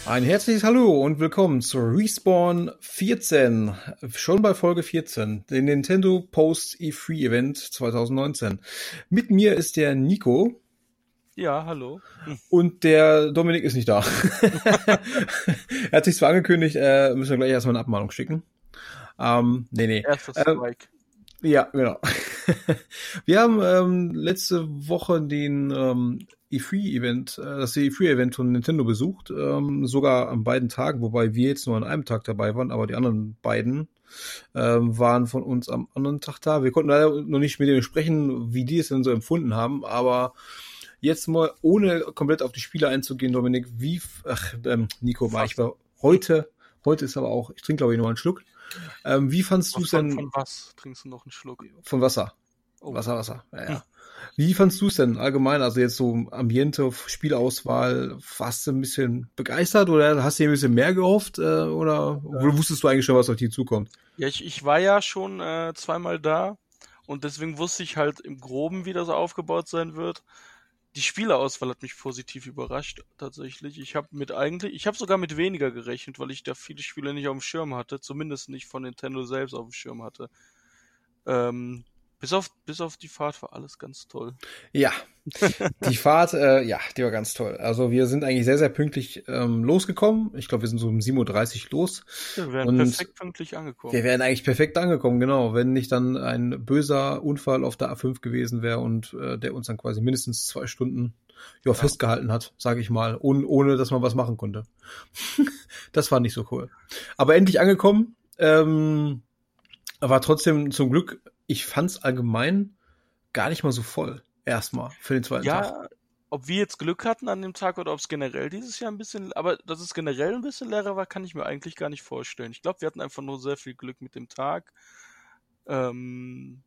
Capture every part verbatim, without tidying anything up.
Ein herzliches Hallo und willkommen zu Respawn vierzehn, schon bei Folge vierzehn, den Nintendo Post E drei Event zwanzig neunzehn. Mit mir ist der Nico. Ja, hallo. Und der Dominik ist nicht da. Er hat sich zwar angekündigt, äh, müssen wir gleich erstmal eine Abmahnung schicken. Ähm, nee, nee. Erster Äh, Strike. Ja, genau. Wir haben ähm, letzte Woche den ähm, E drei Event, äh, das E drei Event von Nintendo besucht, ähm, sogar an beiden Tagen, wobei wir jetzt nur an einem Tag dabei waren, aber die anderen beiden ähm, waren von uns am anderen Tag da. Wir konnten leider noch nicht mit denen sprechen, wie die es denn so empfunden haben, aber jetzt mal, ohne komplett auf die Spiele einzugehen, Dominik, wie, ach, ähm, Nico, war ich war heute, heute ist aber auch, ich trinke glaube ich noch einen Schluck. Ähm, wie fandst du es denn? Von was trinkst du noch einen Schluck? Von Wasser. Oh. Wasser, Wasser. Ja, ja. Wie fandst du es denn allgemein? Also jetzt so Ambiente, Spielauswahl, warst du ein bisschen begeistert oder hast du dir ein bisschen mehr gehofft? Äh, oder ja. Wusstest du eigentlich schon, was auf dich zukommt? Ja, ich, ich war ja schon äh, zweimal da und deswegen wusste ich halt im Groben, wie das aufgebaut sein wird. Die Spielerauswahl hat mich positiv überrascht, tatsächlich. Ich habe mit eigentlich, ich habe sogar mit weniger gerechnet, weil ich da viele Spiele nicht auf dem Schirm hatte, zumindest nicht von Nintendo selbst auf dem Schirm hatte. Ähm, bis auf, bis auf die Fahrt war alles ganz toll. Ja, die Fahrt, äh, ja, die war ganz toll. Also wir sind eigentlich sehr, sehr pünktlich ähm, losgekommen. Ich glaube, wir sind so um sieben Uhr dreißig los. Ja, wir wären und perfekt pünktlich angekommen. Wir wären eigentlich perfekt angekommen, genau, wenn nicht dann ein böser Unfall auf der A fünf gewesen wäre und äh, der uns dann quasi mindestens zwei Stunden ja, ja. festgehalten hat, sage ich mal, ohne, ohne dass man was machen konnte. Das war nicht so cool. Aber endlich angekommen, ähm, war trotzdem zum Glück, ich fand's allgemein gar nicht mal so voll, erstmal, für den zweiten ja, Tag. Ob wir jetzt Glück hatten an dem Tag oder ob es generell dieses Jahr ein bisschen, aber dass es generell ein bisschen leerer war, kann ich mir eigentlich gar nicht vorstellen. Ich glaube, wir hatten einfach nur sehr viel Glück mit dem Tag. Ähm,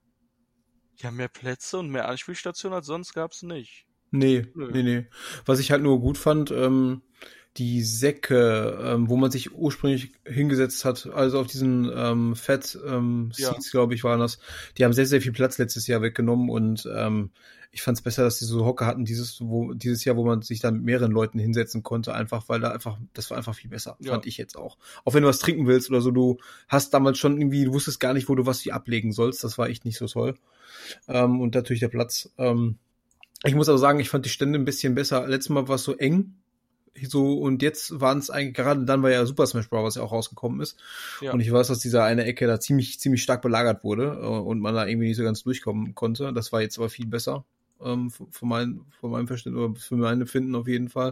ja, mehr Plätze und mehr Anspielstationen als sonst gab es nicht. Nee, Nö. nee, nee. Was ich halt nur gut fand, ähm, die Säcke, ähm, wo man sich ursprünglich hingesetzt hat, also auf diesen ähm, Fett ähm, Seats, ja. glaube ich, waren das, die haben sehr, sehr viel Platz letztes Jahr weggenommen und ähm, ich fand es besser, dass die so Hocker hatten dieses, wo, dieses Jahr, wo man sich dann mit mehreren Leuten hinsetzen konnte, einfach, weil da einfach, das war einfach viel besser, ja. fand ich jetzt auch. Auch wenn du was trinken willst oder so, du hast damals schon irgendwie, du wusstest gar nicht, wo du was wie ablegen sollst, das war echt nicht so toll. Ähm, und natürlich der Platz. Ähm, ich muss aber sagen, ich fand die Stände ein bisschen besser. Letztes Mal war es so eng, so, und jetzt waren es eigentlich, gerade dann war ja Super Smash Bros. Ja auch rausgekommen ist. Ja. Und ich weiß, dass diese eine Ecke da ziemlich, ziemlich stark belagert wurde und man da irgendwie nicht so ganz durchkommen konnte. Das war jetzt aber viel besser, ähm, von, mein, von meinem Verständnis oder für mein Empfinden auf jeden Fall.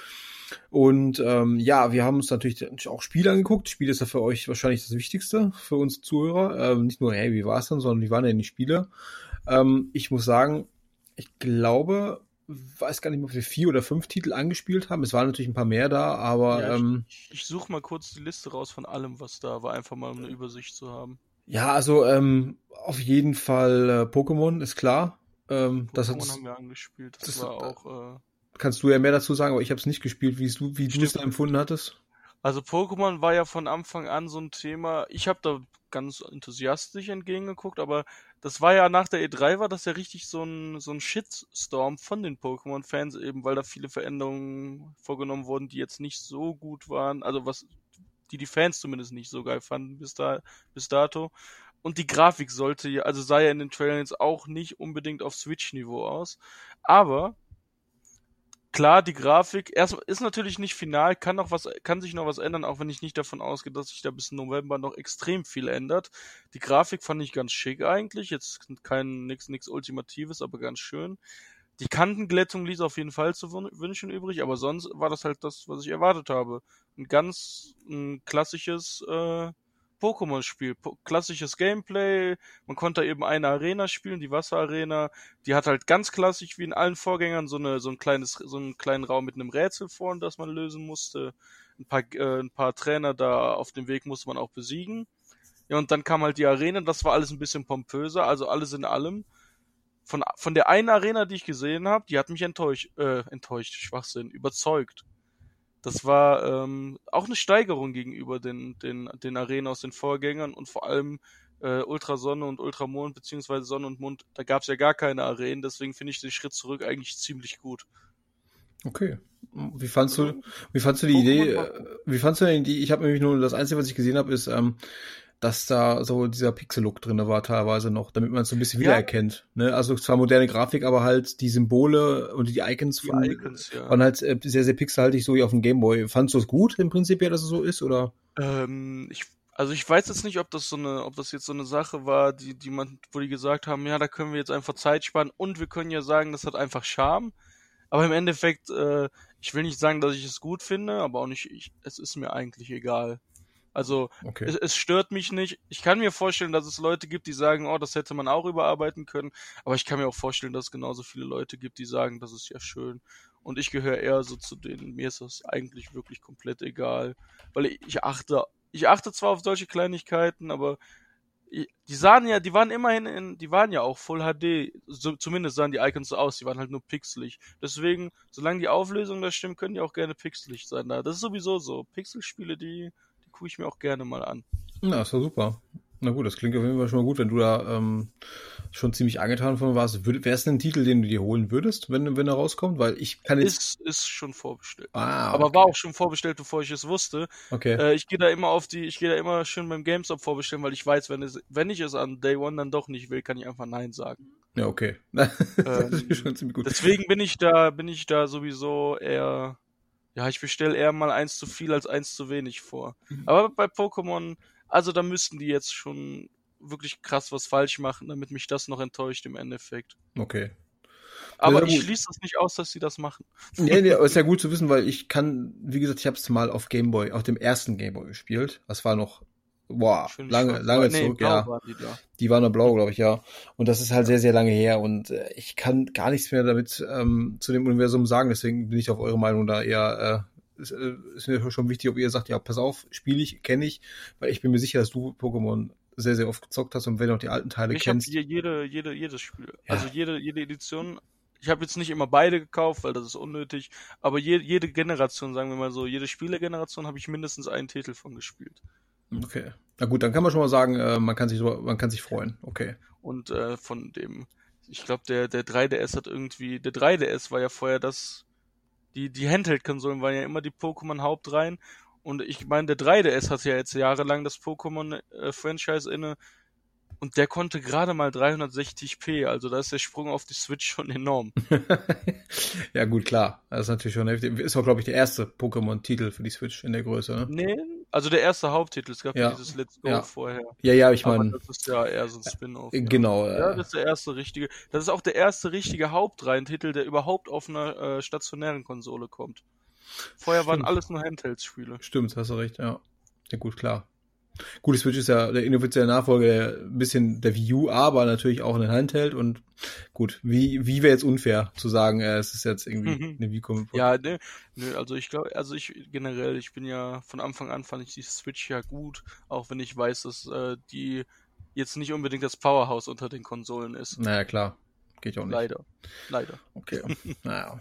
Und ähm, ja, wir haben uns natürlich auch Spiele angeguckt. Spiel ist ja für euch wahrscheinlich das Wichtigste, für uns Zuhörer. Ähm, nicht nur, hey, wie war es denn, sondern wie waren denn die Spiele? Ähm, ich muss sagen, ich glaube, weiß gar nicht mehr, ob wir vier oder fünf Titel angespielt haben. Es waren natürlich ein paar mehr da, aber ja, ich, ähm, ich suche mal kurz die Liste raus von allem, was da war, einfach mal um eine Übersicht zu haben. Ja, also ähm, auf jeden Fall äh, Pokémon ist klar. Ähm, Pokémon das haben wir angespielt. Das, das war auch. Äh, kannst du ja mehr dazu sagen, aber ich habe es nicht gespielt, wie du, wie du es da empfunden hattest. Also Pokémon war ja von Anfang an so ein Thema. Ich habe da ganz enthusiastisch entgegengeguckt, aber das war ja nach der E drei war das ja richtig so ein so ein Shitstorm von den Pokémon-Fans, eben weil da viele Veränderungen vorgenommen wurden, die jetzt nicht so gut waren, also was die die Fans zumindest nicht so geil fanden bis da bis dato. Und die Grafik sollte ja, also sah ja in den Trailern jetzt auch nicht unbedingt auf Switch-Niveau aus, aber klar, die Grafik erst ist natürlich nicht final, kann noch was, kann sich noch was ändern, auch wenn ich nicht davon ausgehe, dass sich da bis November noch extrem viel ändert. Die Grafik fand ich ganz schick eigentlich, jetzt kein nix nix Ultimatives, aber ganz schön. Die Kantenglättung ließ auf jeden Fall zu wünschen übrig, aber sonst war das halt das, was ich erwartet habe. Ein ganz ein klassisches äh, Pokémon-Spiel, po- klassisches Gameplay. Man konnte eben eine Arena spielen, die Wasserarena. Die hat halt ganz klassisch wie in allen Vorgängern so eine so ein kleines so einen kleinen Raum mit einem Rätsel vorn, das man lösen musste. Ein paar äh, ein paar Trainer da auf dem Weg musste man auch besiegen. Ja, und dann kam halt die Arena. Das war alles ein bisschen pompöser, also alles in allem. Von von der einen Arena, die ich gesehen habe, die hat mich enttäuscht, äh, enttäuscht, Schwachsinn, überzeugt. Das war ähm, auch eine Steigerung gegenüber den, den, den Arenen aus den Vorgängern und vor allem äh, Ultrasonne und Ultramond beziehungsweise Sonne und Mond, da gab es ja gar keine Arenen, deswegen finde ich den Schritt zurück eigentlich ziemlich gut. Okay. Wie fandst du, wie fandst du die Idee, äh, wie fandst du denn die, ich habe nämlich nur, das Einzige, was ich gesehen habe, ist, ähm, dass da so dieser Pixel-Look drin war teilweise noch, damit man es so ein bisschen Ja. wiedererkennt. Ne? Also zwar moderne Grafik, aber halt die Symbole und die Icons Die von, Icons, ja. waren halt äh, sehr, sehr pixelhaltig, so wie auf dem Gameboy. Fandst du es gut im Prinzip, ja, dass es so ist, oder? Ähm, ich, also ich weiß jetzt nicht, ob das so eine, ob das jetzt so eine Sache war, die, die man, wo die gesagt haben, ja, da können wir jetzt einfach Zeit sparen und wir können ja sagen, das hat einfach Charme. Aber im Endeffekt, äh, ich will nicht sagen, dass ich es gut finde, aber auch nicht, ich, es ist mir eigentlich egal. Also Okay. es, es stört mich nicht. Ich kann mir vorstellen, dass es Leute gibt, die sagen, oh, das hätte man auch überarbeiten können. Aber ich kann mir auch vorstellen, dass es genauso viele Leute gibt, die sagen, das ist ja schön. Und ich gehöre eher so zu denen. Mir ist das eigentlich wirklich komplett egal. Weil ich, ich achte, ich achte zwar auf solche Kleinigkeiten, aber ich, die sahen ja, die waren immerhin in, die waren ja auch Full H D. So, zumindest sahen die Icons so aus, die waren halt nur pixelig. Deswegen, solange die Auflösung da stimmt, können die auch gerne pixelig sein. Da. Das ist sowieso so. Pixelspiele, die gucke ich mir auch gerne mal an. Na, ist doch super. Na gut, das klingt auf jeden Fall schon mal gut, wenn du da ähm, schon ziemlich angetan von warst. Wäre es ein Titel, den du dir holen würdest, wenn, wenn er rauskommt? Weil ich kann jetzt... Ist, ist schon vorbestellt. Ah, aber okay. war auch schon vorbestellt, bevor ich es wusste. Okay. Äh, ich gehe da immer auf die, ich gehe da immer schön beim GameStop vorbestellen, weil ich weiß, wenn es, wenn ich es an Day One dann doch nicht will, kann ich einfach Nein sagen. Ja, okay. das Ähm, ist schon ziemlich gut. Deswegen bin ich da, bin ich da sowieso eher, ja, ich bestelle eher mal eins zu viel als eins zu wenig vor. Aber bei Pokémon, also da müssten die jetzt schon wirklich krass was falsch machen, damit mich das noch enttäuscht im Endeffekt. Okay. Aber Ja, ich gut. schließe das nicht aus, dass sie das machen. Nee, nee, aber ist ja gut zu wissen, weil ich kann, wie gesagt, ich habe es mal auf Gameboy, auf dem ersten Gameboy gespielt. Das war noch, boah, Schön lange, schwarz. lange Nee, zurück, blau ja. waren die da. Die waren noch blau, glaube ich, ja. Und das ist halt sehr, sehr lange her und äh, ich kann gar nichts mehr damit ähm, zu dem Universum sagen. Deswegen bin ich auf eure Meinung da eher, äh, ist, äh, ist mir schon wichtig, ob ihr sagt, ja, pass auf, spiele ich, kenne ich, weil ich bin mir sicher, dass du Pokémon sehr, sehr oft gezockt hast und wenn du auch die alten Teile Ich habe kennst. jede, jede, jedes Spiel. Ja. Also jede, jede Edition. Ich habe jetzt nicht immer beide gekauft, weil das ist unnötig. Aber je, jede Generation, sagen wir mal so, jede Spielegeneration habe ich mindestens einen Titel von gespielt. Okay. Na gut, dann kann man schon mal sagen, äh, man kann sich so, man kann sich freuen. Okay. Und äh, von dem, ich glaube, der, der drei D S hat irgendwie, der drei D S war ja vorher das, die, die Handheld-Konsolen waren ja immer die Pokémon-Hauptreihen. Und ich meine, der drei D S hatte ja jetzt jahrelang das Pokémon-Franchise inne. Und der konnte gerade mal dreihundertsechzig p, also da ist der Sprung auf die Switch schon enorm. Ja gut, klar. Das ist natürlich schon heftig. Ist auch, glaube ich, der erste Pokémon-Titel für die Switch in der Größe, ne? Nee, also der erste Haupttitel, es gab ja Ja, dieses Let's Go ja. vorher. Ja, ja, ich Aber meine, das ist ja eher so ein Spin-off. Ja. genau. Ja, Äh, das ist der erste richtige. Das ist auch der erste richtige Hauptreihentitel, der überhaupt auf einer äh, stationären Konsole kommt. Vorher waren Stimmt. alles nur Handheld-Spiele. Stimmt, hast du recht, ja. Ja gut, klar. Gut, die Switch ist ja der inoffizielle Nachfolger, der, ein bisschen der Wii U, aber natürlich auch ein Handheld und gut, wie, wie wäre jetzt unfair zu sagen, äh, es ist jetzt irgendwie Mhm. eine Wii-Konsole. Ja, ne, ne, also ich glaube, also ich generell, ich bin ja von Anfang an fand ich die Switch ja gut, auch wenn ich weiß, dass äh, die jetzt nicht unbedingt das Powerhouse unter den Konsolen ist. Naja, klar. Geht ja auch nicht. Leider. Leider. Okay. Naja.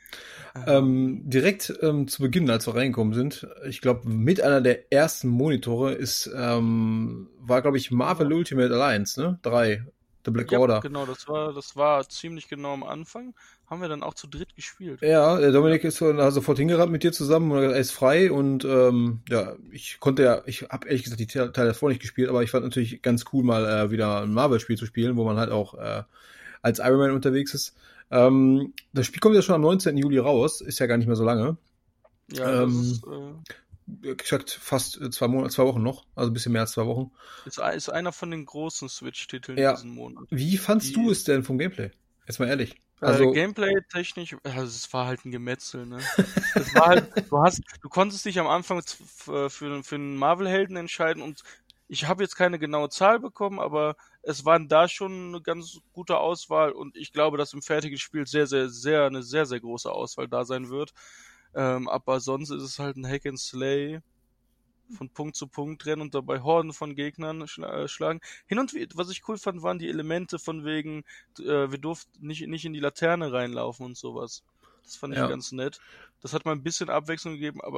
Ähm, direkt ähm, zu Beginn, als wir reingekommen sind, ich glaube, mit einer der ersten Monitore ist, ähm, war, glaube ich, Marvel Ultimate Alliance, ne? Drei. The Black Ja, Order. genau, das war, das war ziemlich genau am Anfang. Haben wir dann auch zu dritt gespielt. Ja, der Dominik ist so, also sofort hingerannt mit dir zusammen und er ist frei und ähm, ja, ich konnte ja, ich habe ehrlich gesagt die Teile davor nicht gespielt, aber ich fand natürlich ganz cool, mal äh, wieder ein Marvel-Spiel zu spielen, wo man halt auch äh, als Iron Man unterwegs ist. Ähm, das Spiel kommt ja schon am neunzehnten Juli raus, ist ja gar nicht mehr so lange. Ja, Ähm, das ist, äh, Exakt fast äh, zwei Monate, zwei Wochen noch, also ein bisschen mehr als zwei Wochen. ist, ist einer von den großen Switch-Titeln Ja. diesen Monat. Wie fandst Die- du es denn vom Gameplay? Jetzt mal ehrlich. Also Also, äh, Gameplay-technisch, also es war halt ein Gemetzel, ne? Es war halt, du hast, du konntest dich am Anfang z- f- für, für einen Marvel-Helden entscheiden und ich habe jetzt keine genaue Zahl bekommen, aber es waren da schon eine ganz gute Auswahl und ich glaube, dass im fertigen Spiel sehr, sehr, sehr, eine sehr, sehr große Auswahl da sein wird. Ähm, aber sonst ist es halt ein Hack and Slay von Punkt zu Punkt rennen und dabei Horden von Gegnern schla äh, schlagen. Hin und wieder, was ich cool fand, waren die Elemente von wegen, äh, wir durften nicht, nicht in die Laterne reinlaufen und sowas. Das fand ich Ja. ganz nett. Das hat mal ein bisschen Abwechslung gegeben, aber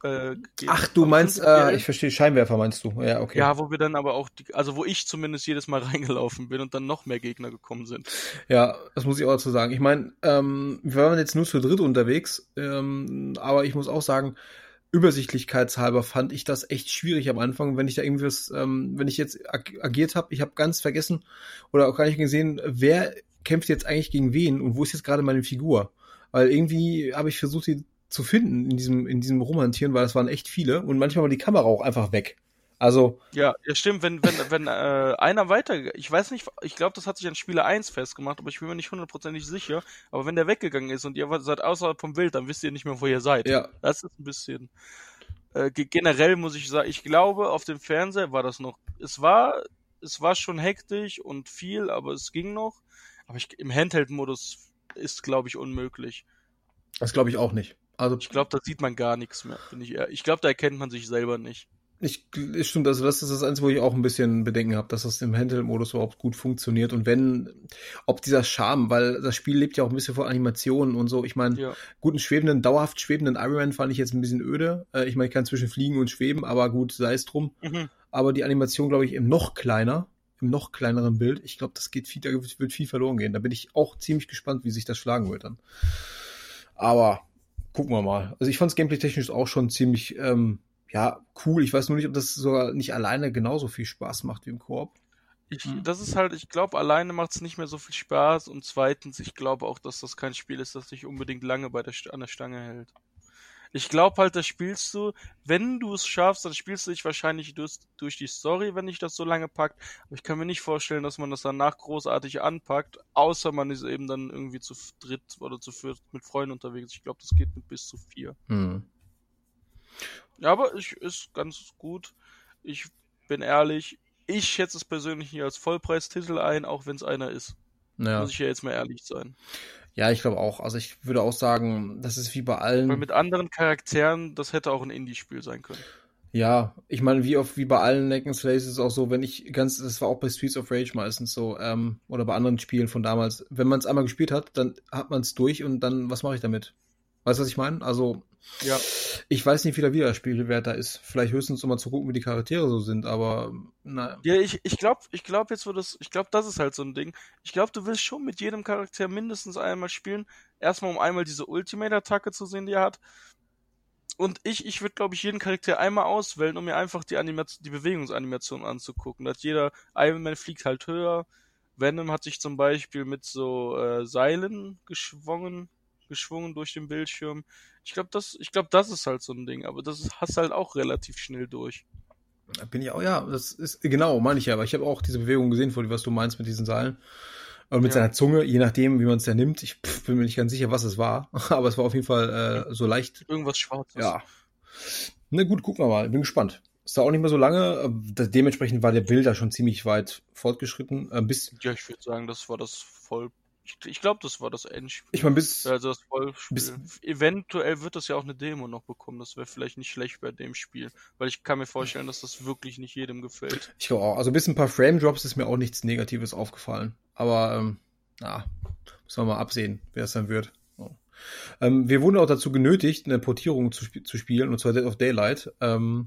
äh, gegeben. Ach, du Aber meinst, prinzipiell- äh, ich verstehe, Scheinwerfer meinst du. Ja, okay. Ja, wo wir dann aber auch, die, also wo ich zumindest jedes Mal reingelaufen bin und dann noch mehr Gegner gekommen sind. Ja, das muss ich auch dazu sagen. Ich meine, ähm, wir waren jetzt nur zu dritt unterwegs, ähm, aber ich muss auch sagen, übersichtlichkeitshalber fand ich das echt schwierig am Anfang, wenn ich da irgendwie was, ähm, wenn ich jetzt ag agiert habe, ich habe ganz vergessen oder auch gar nicht gesehen, wer kämpft jetzt eigentlich gegen wen und wo ist jetzt gerade meine Figur? Weil irgendwie habe ich versucht, die zu finden in diesem, in diesem Romantieren, weil es waren echt viele und manchmal war die Kamera auch einfach weg. Also, Ja, ja stimmt, wenn, wenn, wenn äh, einer weiter, ich weiß nicht, ich glaube, das hat sich an Spieler eins festgemacht, aber ich bin mir nicht hundertprozentig sicher, aber wenn der weggegangen ist und ihr seid außerhalb vom Bild, dann wisst ihr nicht mehr, wo ihr seid. ja, Das ist ein bisschen, äh, ge- generell muss ich sagen, ich glaube, auf dem Fernseher war das noch, es war, es war schon hektisch und viel, aber es ging noch, aber ich, im Handheld-Modus ist, glaube ich, unmöglich. das glaube ich auch nicht. Also, Ich glaube, da sieht man gar nichts mehr, bin ich eher. Ich glaube, da erkennt man sich selber nicht. Ich, es stimmt, also das ist das Einzige, wo ich auch ein bisschen Bedenken habe, dass das im Handheld-Modus überhaupt gut funktioniert und wenn, ob dieser Charme, weil das Spiel lebt ja auch ein bisschen von Animationen und so. Ich meine, Ja. guten schwebenden, dauerhaft schwebenden Iron Man fand ich jetzt ein bisschen öde. Äh, ich meine, ich kann zwischen fliegen und schweben, aber gut, sei es drum. Mhm. Aber die Animation, glaube ich, im noch kleiner, im noch kleineren Bild, ich glaube, das geht viel, da wird viel verloren gehen. Da bin ich auch ziemlich gespannt, wie sich das schlagen wird dann. Aber gucken wir mal. Also ich fand es gameplay-technisch auch schon ziemlich, ähm, ja, cool. Ich weiß nur nicht, ob das sogar nicht alleine genauso viel Spaß macht wie im Koop. Ich, Hm. das ist halt, ich glaube, alleine macht es nicht mehr so viel Spaß und zweitens, ich glaube auch, dass das kein Spiel ist, das dich unbedingt lange bei der, St- an der Stange hält. Ich glaube halt, das spielst du, wenn du es schaffst, dann spielst du dich wahrscheinlich durch, durch die Story, wenn dich das so lange packt. Aber ich kann mir nicht vorstellen, dass man das danach großartig anpackt, außer man ist eben dann irgendwie zu dritt oder zu viert mit Freunden unterwegs. Ich glaube, das geht mit bis zu vier. Hm. Ja, aber ich ist ganz gut. Ich bin ehrlich, ich schätze es persönlich nicht als Vollpreistitel ein, auch wenn es einer ist. Ja. Muss ich ja jetzt mal ehrlich sein. Ja, ich glaube auch. Also ich würde auch sagen, das ist wie bei allen. Weil mit anderen Charakteren, das hätte auch ein Indie-Spiel sein können. Ja, ich meine, wie oft, wie bei allen Hack and Slays ist es auch so, wenn ich ganz, das war auch bei Streets of Rage meistens so, ähm, oder bei anderen Spielen von damals, wenn man es einmal gespielt hat, dann hat man es durch und dann, was mache ich damit? Weißt du, was ich meine? Also, Ja. ich weiß nicht, wie der Wiederspielwert da ist. Vielleicht höchstens, um mal zu gucken, wie die Charaktere so sind, aber, naja. Ja, ich, ich glaube, ich glaube jetzt, wo das, ich glaube, das ist halt so ein Ding. Ich glaube, du willst schon mit jedem Charakter mindestens einmal spielen. Erstmal, um einmal diese Ultimate-Attacke zu sehen, die er hat. Und ich, ich würde, glaube ich, jeden Charakter einmal auswählen, um mir einfach die Animation, die Bewegungsanimation anzugucken. Dass jeder Iron Man fliegt halt höher. Venom hat sich zum Beispiel mit so äh, Seilen geschwungen, geschwungen durch den Bildschirm. Ich glaube, das, ich glaube, das ist halt so ein Ding. Aber das ist, hast halt auch relativ schnell durch. Bin ich auch, ja, das ist, genau, meine ich ja, aber ich habe auch diese Bewegung gesehen, von was du meinst mit diesen Seilen. Und mit Ja. seiner Zunge, je nachdem, wie man es ja nimmt. Ich pff, bin mir nicht ganz sicher, was es war. Aber es war auf jeden Fall äh, so leicht. Irgendwas Schwarzes. Ja. Na gut, gucken wir mal. Bin gespannt. Ist da auch nicht mehr so lange. Äh, das, dementsprechend war der Bilder schon ziemlich weit fortgeschritten. Äh, bis, Ja, ich würde sagen, das war das voll. Ich, ich glaube, das war das Endspiel. ich meine, bis, Also das Vollspiel. bis- Eventuell wird das ja auch eine Demo noch bekommen. Das wäre vielleicht nicht schlecht bei dem Spiel. Weil ich kann mir vorstellen, dass das wirklich nicht jedem gefällt. ich glaube auch, also bis ein paar Frame-Drops ist mir auch nichts Negatives aufgefallen. Aber, ähm, na, müssen wir mal absehen, wer es dann wird. So. Ähm, wir wurden auch dazu genötigt, eine Portierung zu, sp zu spielen, und zwar Dead of Daylight. Ähm,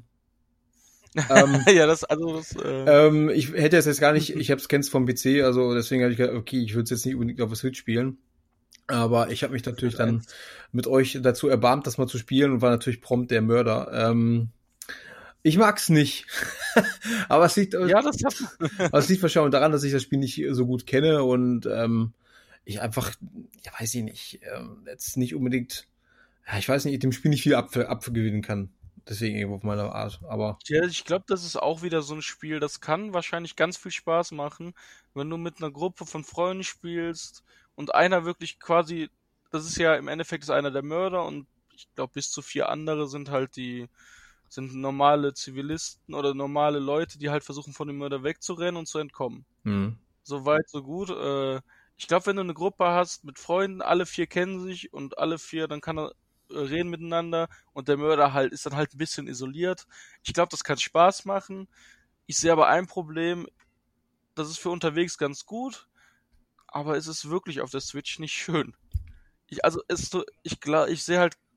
ähm, ja, das, also das, äh, ähm, ich hätte es jetzt gar nicht, ich hab's kenn's vom P C, also deswegen habe ich gedacht, okay, ich würde es jetzt nicht unbedingt auf der Switch spielen. Aber ich habe mich natürlich dann mit euch dazu erbarmt, das mal zu spielen und war natürlich prompt der Mörder. Ähm, ich mag's nicht. aber es liegt, ja, das hat, aber es liegt wahrscheinlich daran, dass ich das Spiel nicht so gut kenne und ähm, ich einfach, ja, weiß ich nicht, ähm, jetzt nicht unbedingt, ja, ich weiß nicht, dem Spiel nicht viel ab, abgewinnen kann. Deswegen irgendwo auf meiner Art. Aber ja, ich glaube, das ist auch wieder so ein Spiel, das kann wahrscheinlich ganz viel Spaß machen, wenn du mit einer Gruppe von Freunden spielst und einer wirklich quasi, das ist ja im Endeffekt ist einer der Mörder und ich glaube bis zu vier andere sind halt die, sind normale Zivilisten oder normale Leute, die halt versuchen von dem Mörder wegzurennen und zu entkommen. hm. So weit, so gut. Äh, ich glaube, wenn du eine Gruppe hast mit Freunden, alle vier kennen sich und alle vier, dann kann er äh, reden miteinander und der Mörder halt ist dann halt ein bisschen isoliert. Ich glaube, das kann Spaß machen. Ich sehe aber ein Problem, das ist für unterwegs ganz gut, aber es ist wirklich auf der Switch nicht schön. Ich, also es, ich, klar, ich sehe halt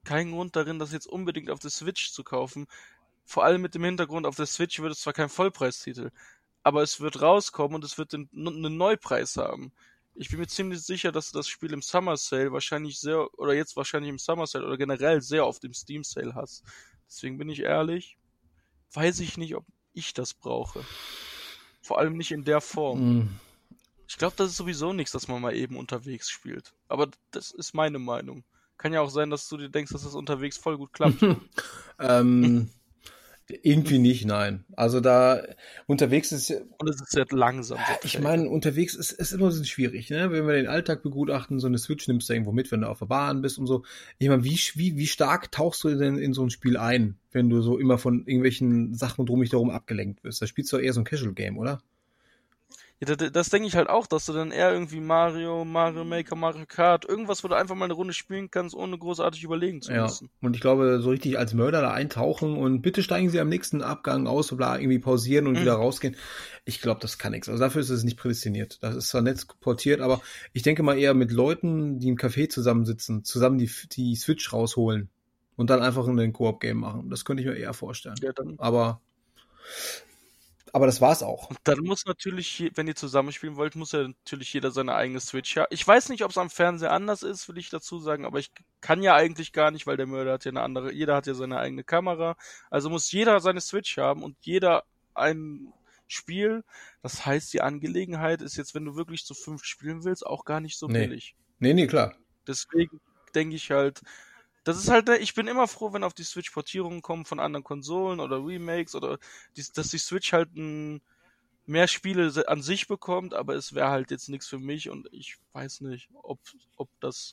keinen Grund darin, das jetzt unbedingt auf der Switch zu kaufen. Vor allem mit dem Hintergrund, auf der Switch wird es zwar kein Vollpreistitel, aber es wird rauskommen und es wird den, einen Neupreis haben. Ich bin mir ziemlich sicher, dass du das Spiel im Summer Sale wahrscheinlich sehr, oder jetzt wahrscheinlich im Summer Sale oder generell sehr oft im Steam Sale hast. Deswegen bin ich ehrlich, weiß ich nicht, ob ich das brauche. Vor allem nicht in der Form. Mm. Ich glaube, das ist sowieso nichts, dass man mal eben unterwegs spielt. Aber das ist meine Meinung. Kann ja auch sein, dass du dir denkst, dass das unterwegs voll gut klappt. ähm, irgendwie nicht, nein. Also da unterwegs ist und es ist sehr langsam. Sehr ich meine, unterwegs ist es immer so schwierig, ne? Wenn wir den Alltag begutachten, so eine Switch nimmst du irgendwo mit, wenn du auf der Bahn bist und so. Ich meine, wie, wie, wie stark tauchst du denn in so ein Spiel ein, wenn du so immer von irgendwelchen Sachen drum dich darum abgelenkt wirst? Da spielst du doch eher so ein Casual-Game, oder? Ja, das, das denke ich halt auch, dass du dann eher irgendwie Mario, Mario Maker, Mario Kart, irgendwas, wo du einfach mal eine Runde spielen kannst, ohne großartig überlegen zu ja. müssen. Und ich glaube, so richtig als Mörder da eintauchen und bitte steigen Sie am nächsten Abgang aus oder irgendwie pausieren und mhm. wieder rausgehen. Ich glaube, das kann nichts. Also dafür ist es nicht prädestiniert. Das ist zwar nett portiert, aber ich denke mal eher mit Leuten, die im Café zusammensitzen, zusammen die, die Switch rausholen und dann einfach ein Koop-Game machen. Das könnte ich mir eher vorstellen. Ja, dann aber Aber das war's auch. Und dann muss natürlich, wenn ihr zusammenspielen wollt, muss ja natürlich jeder seine eigene Switch haben. Ich weiß nicht, ob es am Fernseher anders ist, will ich dazu sagen, aber ich kann ja eigentlich gar nicht, weil der Mörder hat ja eine andere, jeder hat ja seine eigene Kamera. Also muss jeder seine Switch haben und jeder ein Spiel. Das heißt, die Angelegenheit ist jetzt, wenn du wirklich zu fünf spielen willst, auch gar nicht so nee. billig. Nee, nee, klar. Deswegen denke ich halt, das ist halt, ich bin immer froh, wenn auf die Switch Portierungen kommen von anderen Konsolen oder Remakes oder die, dass die Switch halt ein, mehr Spiele an sich bekommt, aber es wäre halt jetzt nichts für mich und ich weiß nicht, ob, ob das.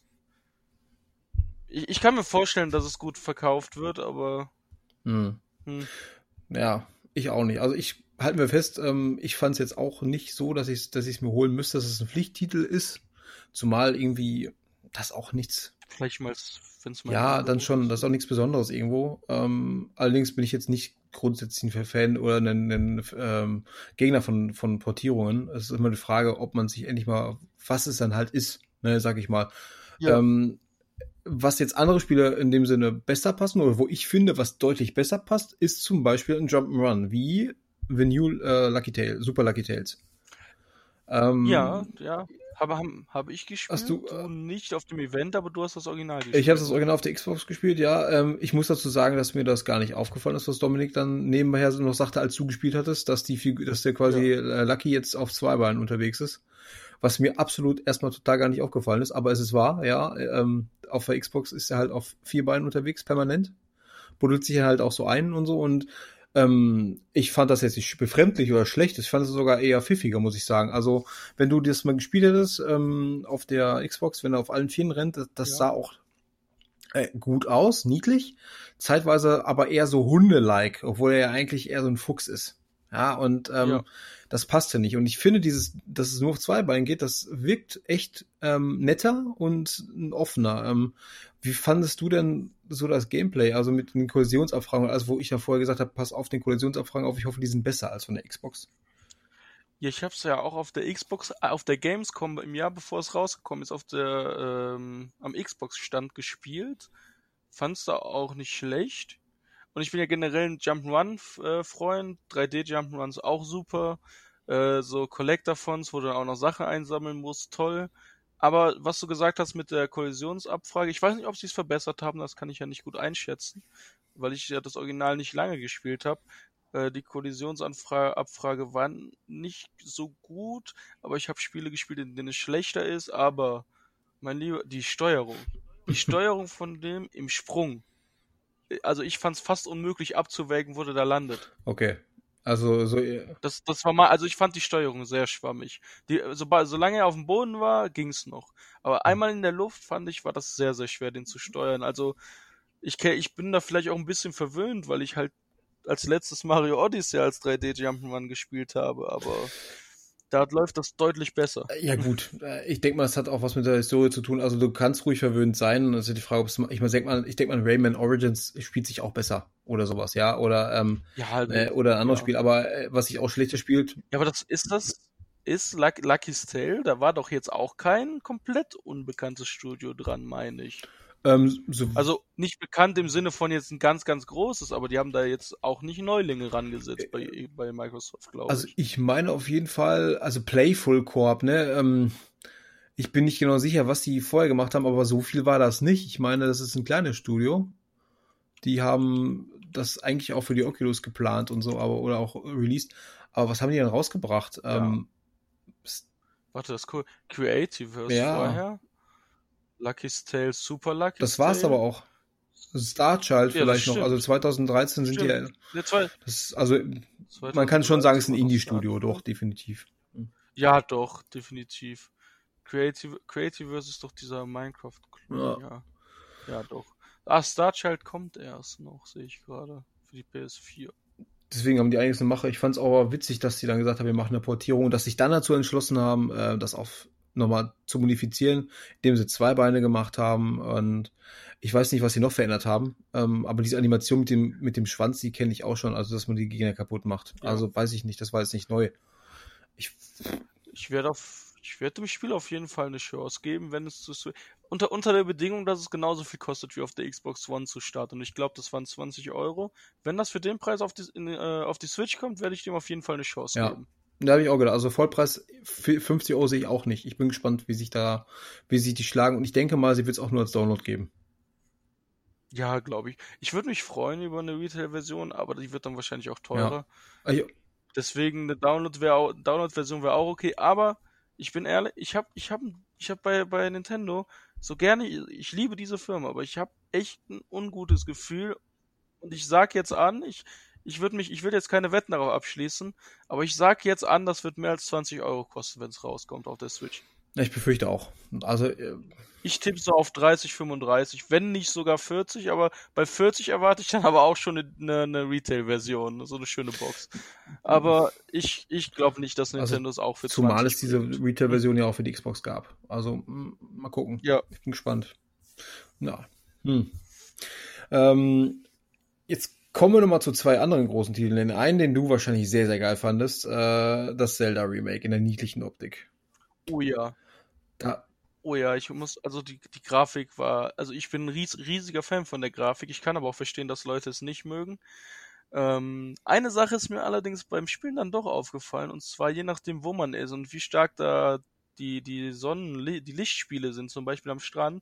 Ich, ich kann mir vorstellen, dass es gut verkauft wird, aber. Hm. Hm. Ja, ich auch nicht. Also ich halten wir fest, ähm, ich fand es jetzt auch nicht so, dass ich dass ich es mir holen müsste, dass es ein Pflichttitel ist, zumal irgendwie das auch nichts. Vielleicht mal. Mal ja, dann schon, das ist auch nichts Besonderes irgendwo. Ähm, allerdings bin ich jetzt nicht grundsätzlich ein Fan oder ein, ein ähm, Gegner von, von Portierungen. Es ist immer die Frage, ob man sich endlich mal, was es dann halt ist, ne, sag ich mal. Ja. Ähm, was jetzt andere Spiele in dem Sinne besser passen oder wo ich finde, was deutlich besser passt, ist zum Beispiel ein Jump'n'Run, wie The New äh, Lucky Tale, Super Lucky Tales. Ähm, ja, ja. Habe hab ich gespielt, hast du, du nicht auf dem Event, aber du hast das Original gespielt. Ich habe das Original auf der Xbox gespielt, ja. Ähm, ich muss dazu sagen, dass mir das gar nicht aufgefallen ist, was Dominik dann nebenher noch sagte, als du gespielt hattest, dass die Figur, dass der quasi ja. Lucky jetzt auf zwei Beinen unterwegs ist. Was mir absolut erstmal total gar nicht aufgefallen ist, aber es ist wahr, ja. Ähm, auf der Xbox ist er halt auf vier Beinen unterwegs, permanent. Buddelt sich halt auch so ein und so und Ähm, ich fand das jetzt nicht befremdlich oder schlecht, ich fand es sogar eher pfiffiger, muss ich sagen. Also, wenn du das mal gespielt hättest ähm, auf der Xbox, wenn er auf allen Vieren rennt, das, das ja. sah auch äh, gut aus, niedlich, zeitweise aber eher so Hunde-like, obwohl er ja eigentlich eher so ein Fuchs ist. Ja, und ähm, ja. das passte nicht. Und ich finde, dieses, dass es nur auf zwei Beinen geht, das wirkt echt ähm, netter und offener. Ähm, wie fandest du denn so das Gameplay, also mit den Kollisionsabfragen, also wo ich ja vorher gesagt habe, pass auf den Kollisionsabfragen auf, ich hoffe, die sind besser als von der Xbox. Ja, ich hab's ja auch auf der Xbox, auf der Gamescom im Jahr, bevor es rausgekommen ist, auf der ähm, am Xbox-Stand gespielt. Fand's da auch nicht schlecht. Und ich bin ja generell ein Jump'n'Run-Freund, drei D Jump'n'Runs auch super. Äh, so Collector-Fonds, wo du dann auch noch Sachen einsammeln musst, toll. Aber was du gesagt hast mit der Kollisionsabfrage, ich weiß nicht, ob sie es verbessert haben, das kann ich ja nicht gut einschätzen, weil ich ja das Original nicht lange gespielt habe. Äh, die Kollisionsabfrage war nicht so gut, aber ich habe Spiele gespielt, in denen es schlechter ist, aber mein Lieber, die Steuerung. Die Steuerung von dem im Sprung. Also ich fand es fast unmöglich abzuwägen, wo der da landet. Okay. Also so. Das, das war mal, also ich fand die Steuerung sehr schwammig. Die, sobald, solange er auf dem Boden war, ging's noch. Aber einmal in der Luft fand ich, war das sehr, sehr schwer, den zu steuern. Also ich, ich bin da vielleicht auch ein bisschen verwöhnt, weil ich halt als letztes Mario Odyssey als drei D Jump'n'Run gespielt habe, aber da läuft das deutlich besser. Ja gut, ich denke mal, es hat auch was mit der Historie zu tun. Also du kannst ruhig verwöhnt sein. Also die Frage, ob es, ich denke mal, ich denke mal, Rayman Origins spielt sich auch besser oder sowas, ja, oder ähm, ja, halt, äh, oder ein anderes ja. Spiel. Aber äh, was sich auch schlechter spielt. Ja, aber das ist das ist Lucky, Lucky's Tale. Da war doch jetzt auch kein komplett unbekanntes Studio dran, meine ich. Ähm, so, Also nicht bekannt im Sinne von jetzt ein ganz, ganz großes, aber die haben da jetzt auch nicht Neulinge rangesetzt bei, bei Microsoft, glaube also ich. ich meine auf jeden Fall, also Playful Corp, ne? Ähm, ich bin nicht genau sicher, was die vorher gemacht haben, aber so viel war das nicht. Ich meine, das ist ein kleines Studio. Die haben das eigentlich auch für die Oculus geplant und so, aber oder auch released. Aber was haben die denn rausgebracht? Ja. Ähm, Warte, das ist cool. Creativerse ja, vorher. Lucky's Tale, Super Lucky's das war's Tale. aber auch. Star Child Ja, das vielleicht noch. stimmt. Also zwanzig dreizehn sind die ja. Stimmt. Ne, zwei, Das, also man kann schon sagen, es ist ein Indie-Studio, doch, definitiv. Ja, doch, definitiv. Creative, Creativerse ist doch dieser Minecraft-Klon, Ja. ja. Ja, doch. Ah, Star Child kommt erst noch, sehe ich gerade. Für die P S vier. Deswegen haben die eigentlich eine Mache. Ich fand es auch witzig, dass die dann gesagt haben, wir machen eine Portierung und dass sich dann dazu entschlossen haben, äh, das auf nochmal zu modifizieren, indem sie zwei Beine gemacht haben. Und ich weiß nicht, was sie noch verändert haben. Ähm, aber diese Animation mit dem, mit dem Schwanz, die kenne ich auch schon, also dass man die Gegner kaputt macht. Ja. Also weiß ich nicht, das war jetzt nicht neu. Ich, ich werde auf ich werde dem Spiel auf jeden Fall eine Chance geben, wenn es zu unter, unter der Bedingung, dass es genauso viel kostet wie auf der Xbox One zu starten. Und ich glaube, das waren zwanzig Euro. Wenn das für den Preis auf die, in, äh, auf die Switch kommt, werde ich dem auf jeden Fall eine Chance Ja. geben. Da habe ich auch gedacht. Also Vollpreis fünfzig Euro sehe ich auch nicht. Ich bin gespannt, wie sich da, wie sich die schlagen. Und ich denke mal, sie wird es auch nur als Download geben. Ja, glaube ich. Ich würde mich freuen über eine Retail-Version, aber die wird dann wahrscheinlich auch teurer. Ja. Ja. Deswegen eine Download wäre auch, Download-Version wäre auch okay. Aber ich bin ehrlich, ich habe ich hab, ich hab bei, bei Nintendo so gerne, ich liebe diese Firma, aber ich habe echt ein ungutes Gefühl. Und ich sag jetzt an, ich, ich würde mich, ich will jetzt keine Wetten darauf abschließen, aber ich sag jetzt an, das wird mehr als zwanzig Euro kosten, wenn es rauskommt auf der Switch. Ich befürchte auch. Also äh, Ich tippe so auf dreißig, fünfunddreißig, wenn nicht sogar vierzig, aber bei vierzig erwarte ich dann aber auch schon eine, eine Retail-Version, so eine schöne Box. Aber ich, ich glaube nicht, dass Nintendo es also, auch für zumal zwanzig es diese bringt. Retail-Version ja auch für die Xbox gab. Also m- mal gucken. Ja. Ich bin gespannt. Ja. Hm. Ähm, jetzt kommen wir nochmal zu zwei anderen großen Titeln. Den einen, den du wahrscheinlich sehr, sehr geil fandest, äh, das Zelda-Remake in der niedlichen Optik. Oh ja. Da, Oh ja, ich muss, also die, die Grafik war, also ich bin ein ries, riesiger Fan von der Grafik. Ich kann aber auch verstehen, dass Leute es nicht mögen. Ähm, eine Sache ist mir allerdings beim Spielen dann doch aufgefallen, und zwar je nachdem, wo man ist und wie stark da die, die Sonnen, die Lichtspiele sind, zum Beispiel am Strand.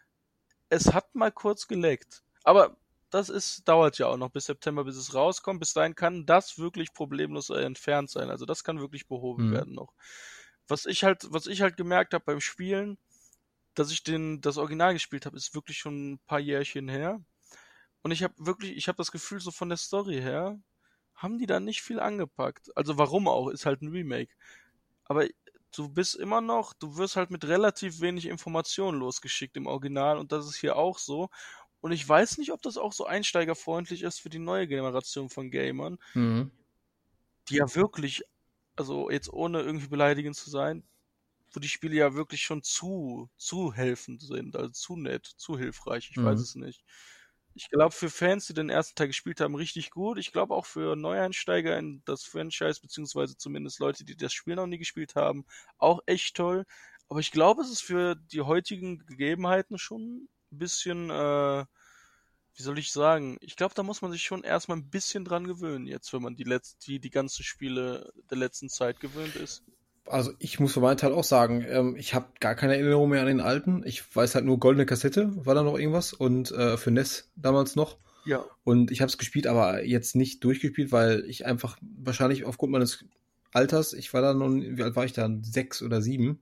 Es hat mal kurz geleckt. Aber das ist, dauert ja auch noch bis September, bis es rauskommt. Bis dahin kann das wirklich problemlos entfernt sein. Also das kann wirklich behoben Mhm. werden noch. Was ich halt, was ich halt gemerkt habe beim Spielen, dass ich den, das Original gespielt habe, ist wirklich schon ein paar Jährchen her. Und ich habe wirklich, ich habe das Gefühl, so von der Story her, haben die da nicht viel angepackt. Also warum auch, ist halt ein Remake. Aber du bist immer noch, du wirst halt mit relativ wenig Informationen losgeschickt im Original, und das ist hier auch so. Und ich weiß nicht, ob das auch so einsteigerfreundlich ist für die neue Generation von Gamern, Mhm. die ja wirklich, also jetzt ohne irgendwie beleidigend zu sein, wo die Spiele ja wirklich schon zu, zu helfend sind, also zu nett, zu hilfreich, ich Mhm. weiß es nicht. Ich glaube, für Fans, die den ersten Teil gespielt haben, richtig gut. Ich glaube auch für Neueinsteiger in das Franchise, beziehungsweise zumindest Leute, die das Spiel noch nie gespielt haben, auch echt toll. Aber ich glaube, es ist für die heutigen Gegebenheiten schon ein bisschen, äh, wie soll ich sagen, ich glaube, da muss man sich schon erstmal ein bisschen dran gewöhnen jetzt, wenn man die, Letz die, die ganzen Spiele der letzten Zeit gewöhnt ist. Also ich muss für meinen Teil auch sagen, ähm, ich habe gar keine Erinnerung mehr an den alten. Ich weiß halt nur, goldene Kassette war da noch irgendwas und äh, für N E S damals noch. Ja. Und ich habe es gespielt, aber jetzt nicht durchgespielt, weil ich einfach wahrscheinlich aufgrund meines Alters, ich war da noch, wie alt war ich da? Sechs oder sieben.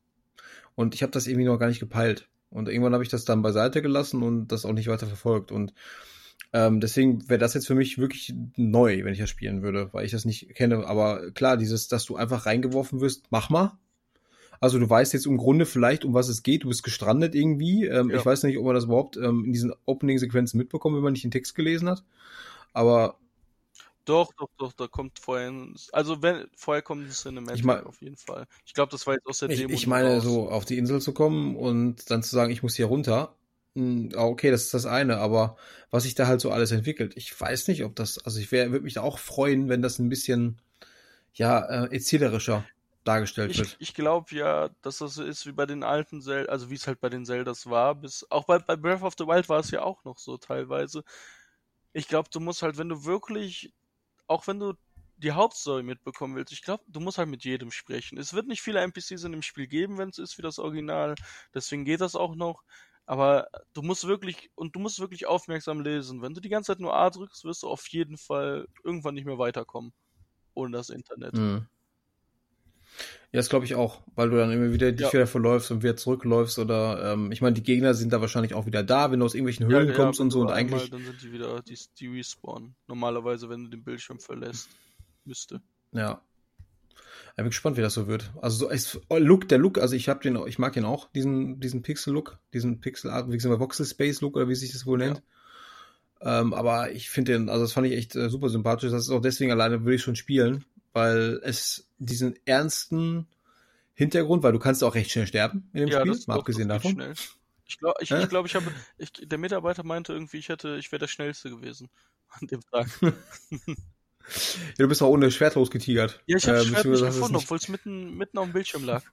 Und ich habe das irgendwie noch gar nicht gepeilt. Und irgendwann habe ich das dann beiseite gelassen und das auch nicht weiter verfolgt. Und ähm, deswegen wäre das jetzt für mich wirklich neu, wenn ich das spielen würde, weil ich das nicht kenne. Aber klar, dieses, dass du einfach reingeworfen wirst, mach mal. Also du weißt jetzt im Grunde vielleicht, um was es geht. Du bist gestrandet irgendwie. Ähm, Ja. Ich weiß nicht, ob man das überhaupt ähm, in diesen Opening-Sequenzen mitbekommt, wenn man nicht den Text gelesen hat. Aber Doch, doch, doch, da kommt vorher ein, also wenn, vorher kommt ein Cinematic Ich mein- auf jeden Fall. Ich glaube, das war jetzt aus der ich, Demo. ich nur meine, raus. so auf die Insel zu kommen und dann zu sagen, ich muss hier runter. Hm, ah, okay, das ist das eine, aber was sich da halt so alles entwickelt, ich weiß nicht, ob das, also ich würde mich da auch freuen, wenn das ein bisschen, ja, äh, erzählerischer dargestellt Ich, wird. ich glaube ja, dass das so ist wie bei den alten Zelda, also wie es halt bei den Zeldas war, bis auch bei, bei Breath of the Wild war es ja auch noch so teilweise. Ich glaube, du musst halt, wenn du wirklich, auch wenn du die Hauptstory mitbekommen willst, ich glaube, du musst halt mit jedem sprechen. Es wird nicht viele N P Cs in dem Spiel geben, wenn es ist wie das Original, deswegen geht das auch noch. Aber du musst wirklich, und du musst wirklich aufmerksam lesen. Wenn du die ganze Zeit nur A drückst, wirst du auf jeden Fall irgendwann nicht mehr weiterkommen. Ohne das Internet. Mhm. Ja, das glaube ich auch, weil du dann immer wieder dich Ja. wieder verläufst und wieder zurückläufst oder, ähm, ich meine, die Gegner sind da wahrscheinlich auch wieder da, wenn du aus irgendwelchen Ja, Höhlen ja, kommst wenn und so du und einmal, eigentlich, dann sind die wieder, die, die respawnen. Normalerweise, wenn du den Bildschirm verlässt. Müsste. ja. Ich bin gespannt, wie das so wird. Also so ist, oh, Look, der Look, also ich habe den, ich mag den auch, diesen, diesen Pixel-Look, diesen Pixel-Art, wie gesagt, Voxel-Space-Look oder wie sich das wohl nennt. Ähm, aber ich finde den, also das fand ich echt äh, super sympathisch. Das ist auch deswegen alleine würde ich schon spielen, weil es diesen ernsten Hintergrund, weil du kannst auch recht schnell sterben in dem Ja, Spiel, das mal doch, abgesehen das geht davon. schnell. Ich glaube, ich, Hä? ich, glaub, ich habe, ich, der Mitarbeiter meinte irgendwie, ich hätte, ich wäre der Schnellste gewesen an dem Tag. Ja, du bist auch ohne Schwert losgetigert. Ja, ich habe Äh, das Schwert nicht beziehungsweise hast es gefunden, nicht. obwohl es mitten, mitten auf dem Bildschirm lag.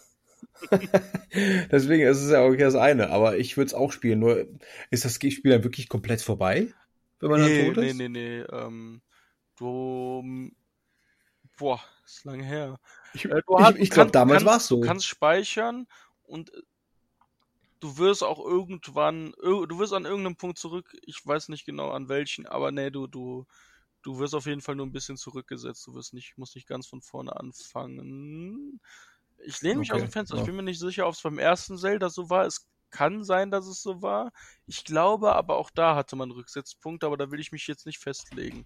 Deswegen ist es ja auch das eine, aber ich würde es auch spielen. Nur ist das Spiel dann wirklich komplett vorbei, wenn man dann Nee, tot nee, ist? nee, nee. Ähm, du, boah, ist lange her. Ich, Äh, du, ich, hast, du, ich glaube, kannst, du, damals war es kannst, du so. kannst speichern und du wirst auch irgendwann, ir- du wirst an irgendeinem Punkt zurück, ich weiß nicht genau an welchen, aber nee, du, du, du wirst auf jeden Fall nur ein bisschen zurückgesetzt. Du wirst nicht, musst nicht ganz von vorne anfangen. Ich lehne mich aus dem Okay, Fenster. Ich ja. bin mir nicht sicher, ob es beim ersten Zelda so war. Es kann sein, dass es so war. Ich glaube, aber auch da hatte man Rücksetzpunkte, aber da will ich mich jetzt nicht festlegen.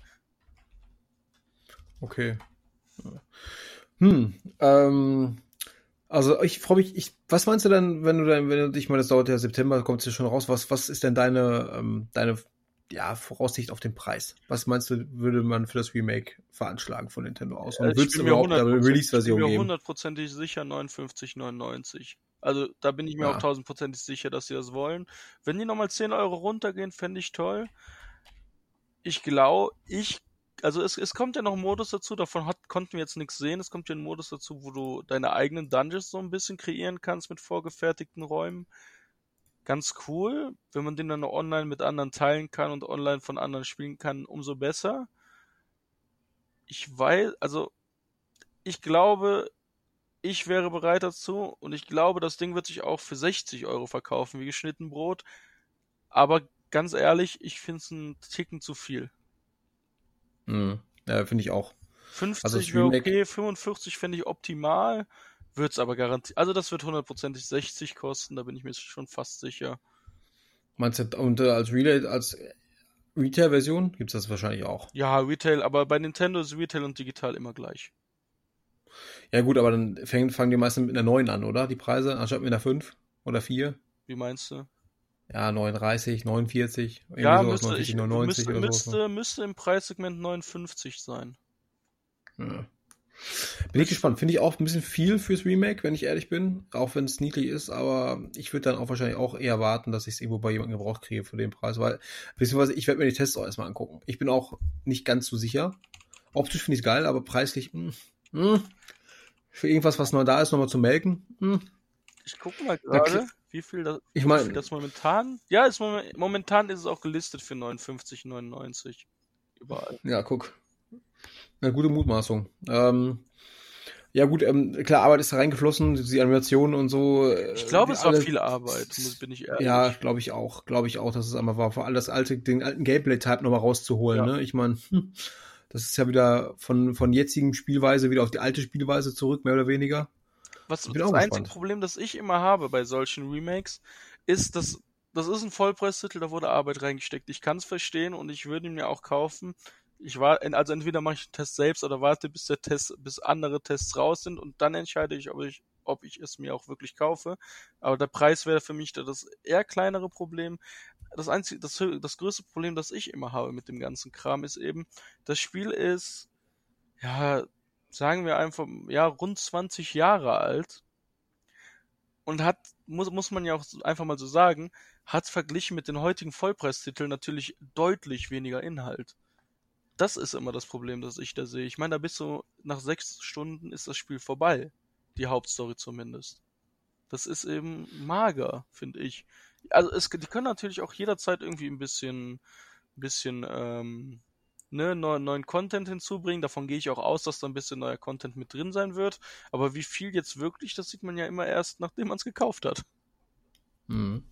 Okay. Hm, ähm, also ich freue mich, ich, was meinst du denn, wenn du dann, wenn du, ich meine, das dauert ja September, kommt es ja schon raus, was, was ist denn deine, ähm, deine, ja, Voraussicht auf den Preis? Was meinst du, würde man für das Remake veranschlagen von Nintendo aus? Äh, Und Ich würdest bin du mir überhaupt eine hundert Prozent, ich bin Release-Version mir geben? hundertprozentig sicher, neunundfünfzig neunundneunzig. Also da bin ich mir auch Ja, tausendprozentig sicher, dass sie das wollen. Wenn die nochmal zehn Euro runtergehen, fände ich toll. Ich glaube, ich, also es, es kommt ja noch ein Modus dazu, davon hat, konnten wir jetzt nichts sehen. Es kommt ja ein Modus dazu, wo du deine eigenen Dungeons so ein bisschen kreieren kannst mit vorgefertigten Räumen. Ganz cool. Wenn man den dann noch online mit anderen teilen kann und online von anderen spielen kann, umso besser. Ich weiß, also ich glaube, ich wäre bereit dazu und ich glaube, das Ding wird sich auch für sechzig Euro verkaufen, wie geschnitten Brot. Aber ganz ehrlich, ich finde es einen Ticken zu viel. hm. Ja, finde ich auch. Also das fünfzig wäre Remake, okay, fünfundvierzig fände ich optimal, wird's aber garantiert, also das wird hundertprozentig sechzig kosten, da bin ich mir schon fast sicher. meinst du, und äh, als Relay, als Retail-Version gibt's das wahrscheinlich auch. Ja, Retail, aber bei Nintendo ist Retail und digital immer gleich. Ja gut, aber dann fängen, fangen die meisten mit einer neun an, oder? Die Preise, anstatt mit einer fünf oder vier. Wie meinst du? Ja, neununddreißig, neunundvierzig, irgendwie Ja, sowas, müsste neunundvierzig, ich, neunundneunzig müsste, oder sowas. Ne? müsste, müsste im Preissegment neunundfünfzig sein. Ja. Bin ich gespannt. Finde ich auch ein bisschen viel fürs Remake, wenn ich ehrlich bin. Auch wenn es niedlich ist, aber ich würde dann auch wahrscheinlich auch eher warten, dass ich es irgendwo bei jemandem gebraucht kriege für den Preis, weil, beziehungsweise ich werde mir die Tests auch erstmal angucken. Ich bin auch nicht ganz so sicher. Optisch finde ich es geil, aber preislich, mh, mh, für irgendwas, was neu da ist, nochmal zu melken. Mh. Ich gucke mal Da gerade, kli- wie viel das, Ich wie viel meine, das momentan. Ja, ist momen- momentan ist es auch gelistet für neunundfünfzig neunundneunzig. Überall. ja, guck. Eine gute Mutmaßung. Ähm, ja gut, ähm, klar, Arbeit ist da reingeflossen, die Animationen und so. äh, Ich glaube, die es war alle, viel Arbeit, muss, bin ich ehrlich. Ja, glaube ich auch. Glaube ich auch, dass es einmal war. Vor allem das alte, den alten Gameplay-Type nochmal rauszuholen. Ja. Ne? Ich meine, hm, das ist ja wieder von, von jetzigen Spielweise wieder auf die alte Spielweise zurück, mehr oder weniger. Was, Ich bin das auch einzige gespannt. Problem, das ich immer habe bei solchen Remakes, ist, dass das ist ein Vollpreistitel, da wurde Arbeit reingesteckt. Ich kann es verstehen und ich würde ihn mir auch kaufen. Ich war, also entweder mache ich den Test selbst oder warte, bis der Test, bis andere Tests raus sind und dann entscheide ich, ob ich, ob ich es mir auch wirklich kaufe. Aber der Preis wäre für mich da das eher kleinere Problem. Das einzige, das, hö- das größte Problem, das ich immer habe mit dem ganzen Kram, ist eben, das Spiel ist, ja, sagen wir einfach, ja, rund zwanzig Jahre alt und hat, muss, muss man ja auch so- einfach mal so sagen, hat verglichen mit den heutigen Vollpreistiteln natürlich deutlich weniger Inhalt. das ist immer das Problem, das ich da sehe. Ich meine, da bist du, nach sechs Stunden ist das Spiel vorbei. Die Hauptstory zumindest. Das ist eben mager, finde ich. Also es, die können natürlich auch jederzeit irgendwie ein bisschen, bisschen, ähm, ne, neuen, neuen Content hinzubringen. Davon gehe ich auch aus, dass da ein bisschen neuer Content mit drin sein wird. Aber wie viel jetzt wirklich, das sieht man ja immer erst, nachdem man es gekauft hat. Mhm.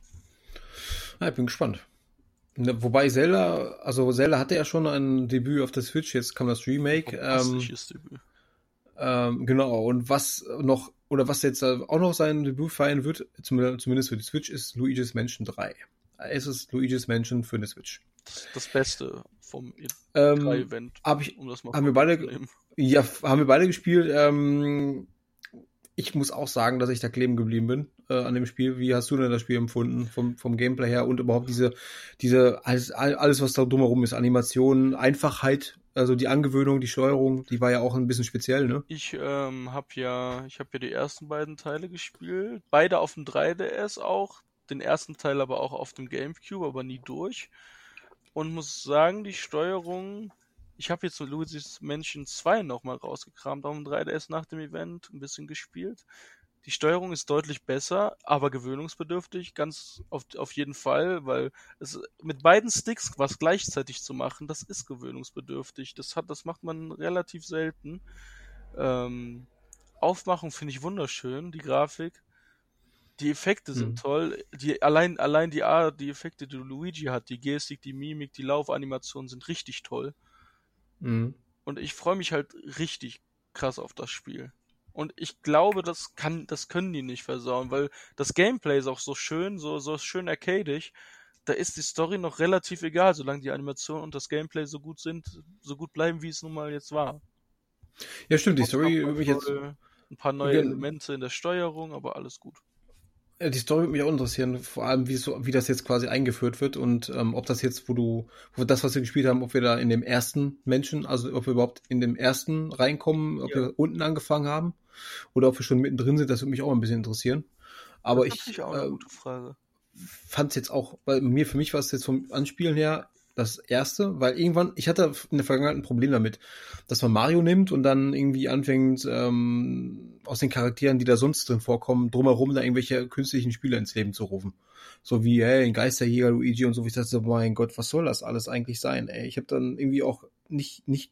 Ja, ich bin gespannt. Ne, wobei Zelda, also Zelda hatte ja schon ein Debüt auf der Switch, jetzt kam das Remake. Ähm, Debüt. ähm, genau, und was noch, oder was jetzt auch noch sein Debüt feiern wird, zumindest für die Switch, ist Luigi's Mansion drei. Es ist Luigi's Mansion für eine Switch. Das, das Beste vom E Ähm, drei Event, hab ich, um das mal haben wir beide, vorzunehmen. ja, haben wir beide gespielt. Ähm, ich muss auch sagen, dass ich da kleben geblieben bin äh, an dem Spiel. Wie hast du denn das Spiel empfunden vom, vom Gameplay her und überhaupt diese, diese alles, alles, was da drumherum ist, Animationen, Einfachheit, also die Angewöhnung, die Steuerung, die war ja auch ein bisschen speziell, ne? Ich ähm, habe ja, ich habe ja die ersten beiden Teile gespielt, beide auf dem drei D S auch, den ersten Teil aber auch auf dem GameCube, aber nie durch. Und muss sagen, die Steuerung, ich habe jetzt so Luigi's Mansion zwei nochmal rausgekramt auf dem drei D S nach dem Event, ein bisschen gespielt. Die Steuerung ist deutlich besser, aber gewöhnungsbedürftig, ganz auf, auf jeden Fall, weil es mit beiden Sticks was gleichzeitig zu machen, das ist gewöhnungsbedürftig. Das hat, das macht man relativ selten. Ähm, Aufmachung finde ich wunderschön, die Grafik. Die Effekte sind Mhm. toll. Die, allein, allein die Art, die Effekte, die Luigi hat, die Gestik, die Mimik, die Laufanimationen sind richtig toll. Mhm. Und ich freue mich halt richtig krass auf das Spiel. Und ich glaube, das kann, das können die nicht versauen, weil das Gameplay ist auch so schön, so, so schön arcadig. Da ist die Story noch relativ egal, solange die Animation und das Gameplay so gut sind, so gut bleiben, wie es nun mal jetzt war. Ja, stimmt, die Story würde mich jetzt, Ein paar neue Elemente in der Steuerung, aber alles gut. die Story würde mich auch interessieren, vor allem wie, so, wie das jetzt quasi eingeführt wird und ähm, ob das jetzt, wo du, wo das, was wir gespielt haben, ob wir da in dem ersten Menschen, also ob wir überhaupt in dem ersten reinkommen, ob ja. wir unten angefangen haben oder ob wir schon mittendrin sind, das würde mich auch ein bisschen interessieren. Aber das ist ich auch eine äh, gute Frage. Fand es jetzt auch, bei mir, für mich war es jetzt vom Anspielen her das erste, weil irgendwann, ich hatte in der Vergangenheit ein Problem damit, dass man Mario nimmt und dann irgendwie anfängt, ähm, aus den Charakteren, die da sonst drin vorkommen, drumherum da irgendwelche künstlichen Spieler ins Leben zu rufen. So wie, hey, ein Geisterjäger, Luigi und so, wie ich dachte, mein Gott, was soll das alles eigentlich sein, ey? Ich habe dann irgendwie auch nicht, nicht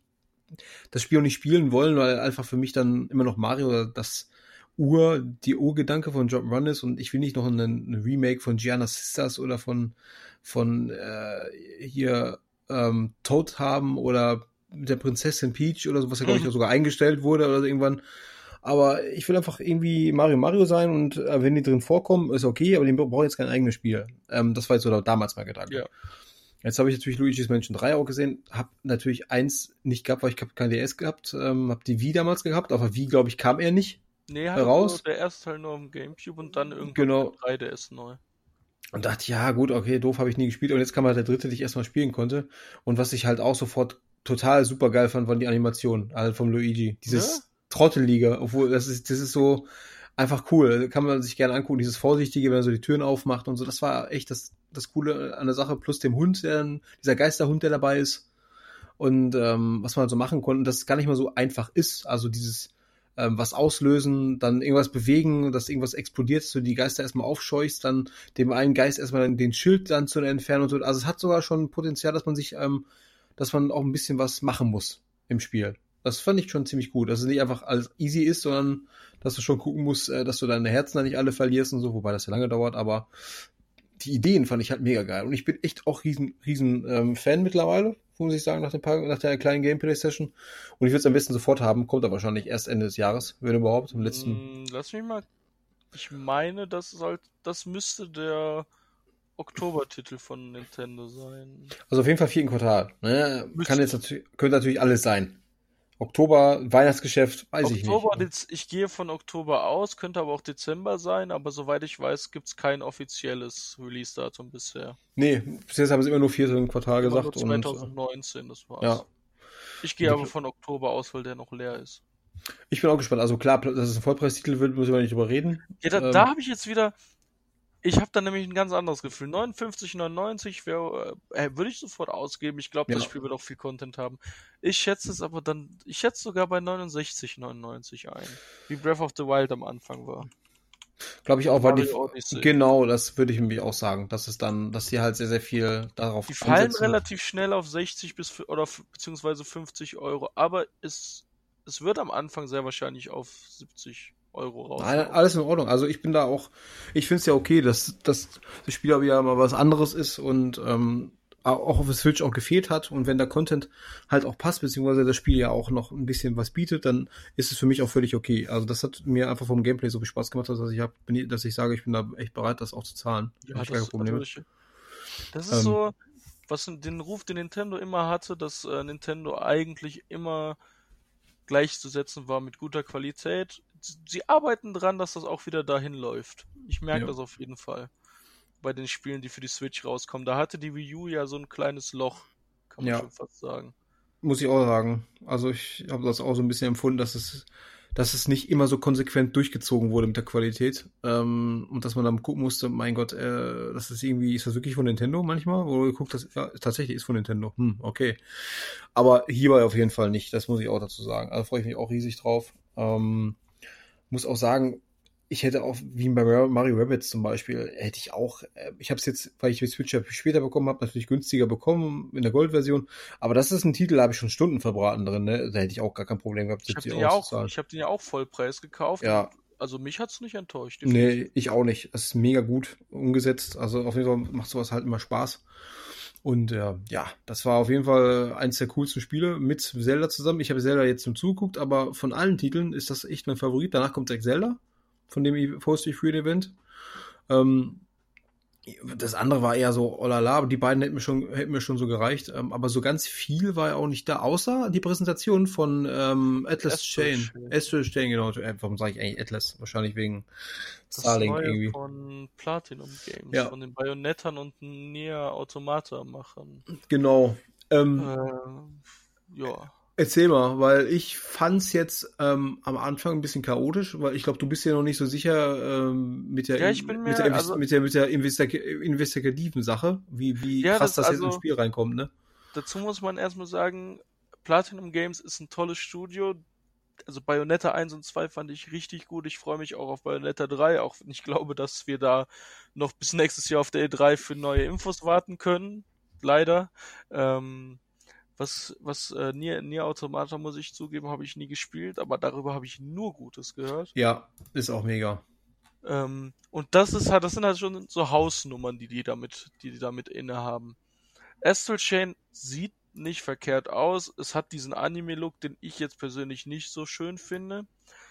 das Spiel auch nicht spielen wollen, weil einfach für mich dann immer noch Mario das Ur, die Urgedanke von Jump'n'Run ist und ich will nicht noch einen Remake von Gianna Sisters oder von von äh, hier ähm, Toad haben oder mit der Prinzessin Peach oder so, was ja glaube ich auch sogar eingestellt wurde oder so irgendwann. Aber ich will einfach irgendwie Mario Mario sein und äh, wenn die drin vorkommen, ist okay, aber die brauchen jetzt kein eigenes Spiel. Ähm, das war jetzt so damals mein Gedanke. Ja. Jetzt habe ich natürlich Luigi's Mansion drei auch gesehen, habe natürlich eins nicht gehabt, weil ich habe kein D S gehabt, ähm, habe die Wii damals gehabt, aber Wii, glaube ich, kam er nicht. Nee, halt raus. Der erste Teil nur am Gamecube und dann irgendwann genau. drei D S neu. Und dachte, ja gut, okay, doof habe ich nie gespielt. Und jetzt kam halt der dritte, den ich erstmal spielen konnte. Und was ich halt auch sofort total super geil fand, waren die Animationen also vom Luigi. Dieses ja? Trottelliga, obwohl das ist, das ist so einfach cool. Kann man sich gerne angucken, dieses Vorsichtige, wenn er so die Türen aufmacht und so. Das war echt das, das Coole an der Sache. Plus dem Hund, der, dieser Geisterhund, der dabei ist. Und ähm, was man so machen konnte, dass es gar nicht mal so einfach ist. Also dieses ähm, was auslösen, dann irgendwas bewegen, dass irgendwas explodiert, dass du die Geister erstmal aufscheuchst, dann dem einen Geist erstmal den Schild dann zu entfernen und so. Also es hat sogar schon Potenzial, dass man sich, ähm, dass man auch ein bisschen was machen muss im Spiel. Das fand ich schon ziemlich gut, dass es nicht einfach alles easy ist, sondern dass du schon gucken musst, äh, dass du deine Herzen da nicht alle verlierst und so, wobei das ja lange dauert, aber die Ideen fand ich halt mega geil. Und ich bin echt auch riesen, riesen ähm, Fan mittlerweile, muss ich sagen, nach, dem paar, nach der kleinen Gameplay-Session. Und ich würde es am besten sofort haben, kommt aber wahrscheinlich erst Ende des Jahres, wenn überhaupt, im letzten... Lass mich mal... Ich meine, das, soll, das müsste der Oktobertitel von Nintendo sein. Also auf jeden Fall vierten Quartal. Ne? Kann jetzt natürlich, könnte natürlich alles sein. Oktober, Weihnachtsgeschäft, weiß Oktober, ich nicht. Ich gehe von Oktober aus, könnte aber auch Dezember sein, aber soweit ich weiß, gibt es kein offizielles Release-Datum bisher. Nee, bis jetzt haben sie immer nur vierten Quartal immer gesagt. Nur zwanzig neunzehn, und, das war's. Ja. Ich gehe aber von Oktober aus, weil der noch leer ist. Ich bin auch gespannt. Also klar, dass es ein Vollpreistitel wird, müssen wir nicht drüber reden. Ja, da, ähm, da habe ich jetzt wieder... Ich habe da nämlich ein ganz anderes Gefühl. neunundfünfzig neunundneunzig wär, äh, würde ich sofort ausgeben. Ich glaube, Ja. das Spiel wird auch viel Content haben. Ich schätze es aber dann, ich schätze sogar bei neunundsechzig neunundneunzig ein. Wie Breath of the Wild am Anfang war. Glaube ich auch, weil die, Mario Odyssey. genau, das würde ich nämlich auch sagen, dass es dann, dass die halt sehr, sehr viel darauf Die fallen ansetzen. relativ schnell auf sechzig bis f- oder f- beziehungsweise fünfzig Euro, aber es, es wird am Anfang sehr wahrscheinlich auf siebzig Euro raus. Nein, alles in Ordnung. Also ich bin da auch, ich finde es ja okay, dass, dass das Spiel aber ja mal was anderes ist und ähm, auch auf der Switch auch gefehlt hat. Und wenn der Content halt auch passt, beziehungsweise das Spiel ja auch noch ein bisschen was bietet, dann ist es für mich auch völlig okay. Also das hat mir einfach vom Gameplay so viel Spaß gemacht, dass ich hab, bin, dass ich sage, ich bin da echt bereit, das auch zu zahlen. Ja, Hab ich das, kein Problem mit. natürlich. Das ist Ähm, so, was den Ruf, den Nintendo immer hatte, dass äh, Nintendo eigentlich immer gleichzusetzen war mit guter Qualität. Sie sie arbeiten dran, dass das auch wieder dahin läuft. Ich merke Ja. das auf jeden Fall. Bei den Spielen, die für die Switch rauskommen. Da hatte die Wii U ja so ein kleines Loch, kann man Ja. schon fast sagen. Muss ich auch sagen. Also ich habe das auch so ein bisschen empfunden, dass es, dass es nicht immer so konsequent durchgezogen wurde mit der Qualität. Ähm, und dass man dann gucken musste, mein Gott, äh, das ist irgendwie, ist das wirklich von Nintendo manchmal? Wo du geguckt hast, ja, tatsächlich ist von Nintendo. Hm, okay. Aber hierbei auf jeden Fall nicht, das muss ich auch dazu sagen. Also freue ich mich auch riesig drauf. Ähm, muss auch sagen, ich hätte auch, wie bei Mario Rabbids zum Beispiel, hätte ich auch, äh, ich habe es jetzt, weil ich die Switch ja später bekommen habe, natürlich günstiger bekommen in der Gold-Version, aber das ist ein Titel, da habe ich schon Stunden verbraten drin, ne? Da hätte ich auch gar kein Problem gehabt, Ich habe siebzig den, ja Euro auch, zu zahlen. ich hab den ja auch Vollpreis gekauft. Ja. Und, also mich hat's nicht enttäuscht. Nee, definitiv. ich auch nicht. Das ist mega gut umgesetzt. Also auf jeden Fall macht sowas halt immer Spaß. Und äh, ja, das war auf jeden Fall eins der coolsten Spiele mit Zelda zusammen. Ich habe Zelda jetzt zum zugeguckt, aber von allen Titeln ist das echt mein Favorit. Danach kommt direkt Zelda von dem Post Free Event. Ähm, das andere war eher so, oh la la, die beiden hätten mir schon, hätten mir schon so gereicht. Ähm, aber so ganz viel war ja auch nicht da, außer die Präsentation von ähm, Atlas Astral Chain. Chain. Astral Chain, genau. Äh, warum sage ich eigentlich Atlas? Wahrscheinlich wegen Das Starlink neue irgendwie. von Platinum Games, Ja. von den Bayonettern und Nier Automata machern. Genau. Ähm, Äh, ja. Erzähl mal, weil ich fand's jetzt ähm, am Anfang ein bisschen chaotisch, weil ich glaube, du bist ja noch nicht so sicher ähm, mit der Ja, ich bin mit mir, der, also- mit der mit der Investi- investigativen Sache, wie wie Ja, krass das- das, jetzt also- ins Spiel reinkommt, ne? Dazu muss man erstmal sagen, Platinum Games ist ein tolles Studio. Also Bayonetta eins und zwei fand ich richtig gut. Ich freue mich auch auf Bayonetta drei, auch wenn ich glaube, dass wir da noch bis nächstes Jahr auf der E drei für neue Infos warten können. Leider. Ähm, was was äh, Nier, Nier Automata, muss ich zugeben, habe ich nie gespielt, aber darüber habe ich nur Gutes gehört. Ja, ist auch mega. Ähm, und das ist halt, das sind halt schon so Hausnummern, die die damit, die die damit innehaben. Astral Chain sieht nicht verkehrt aus. Es hat diesen Anime-Look, den ich jetzt persönlich nicht so schön finde.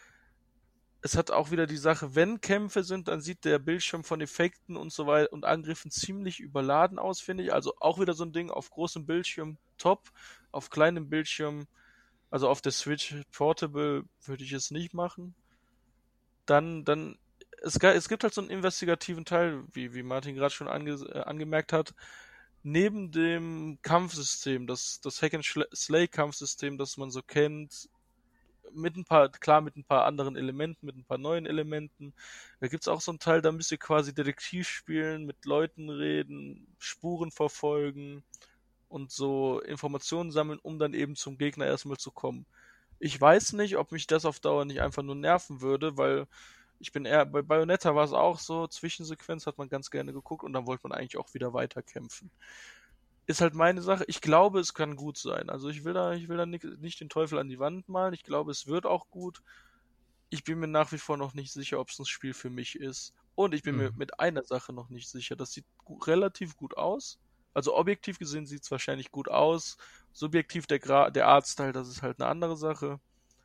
Es hat auch wieder die Sache, wenn Kämpfe sind, dann sieht der Bildschirm von Effekten und so weiter und Angriffen ziemlich überladen aus, finde ich. Also auch wieder so ein Ding auf großem Bildschirm top, auf kleinem Bildschirm, also auf der Switch Portable würde ich es nicht machen. Dann, dann, es, ga- es gibt halt so einen investigativen Teil, wie, wie Martin gerade schon ange, äh, angemerkt hat. Neben dem Kampfsystem, das, das Hack-and-Slay-Kampfsystem, das man so kennt, mit ein paar, klar mit ein paar anderen Elementen, mit ein paar neuen Elementen. Da gibt's auch so einen Teil, da müsst ihr quasi Detektiv spielen, mit Leuten reden, Spuren verfolgen und so Informationen sammeln, um dann eben zum Gegner erstmal zu kommen. Ich weiß nicht, ob mich das auf Dauer nicht einfach nur nerven würde, weil ich bin eher, bei Bayonetta war es auch so, Zwischensequenz hat man ganz gerne geguckt und dann wollte man eigentlich auch wieder weiterkämpfen. Ist halt meine Sache. Ich glaube, es kann gut sein. Also ich will da, ich will da nicht, nicht den Teufel an die Wand malen. Ich glaube, es wird auch gut. Ich bin mir nach wie vor noch nicht sicher, ob es ein Spiel für mich ist. Und ich bin Mhm. mir mit einer Sache noch nicht sicher. Das sieht gu- relativ gut aus. Also objektiv gesehen sieht es wahrscheinlich gut aus. Subjektiv der, Gra der Artstyle, das ist halt eine andere Sache.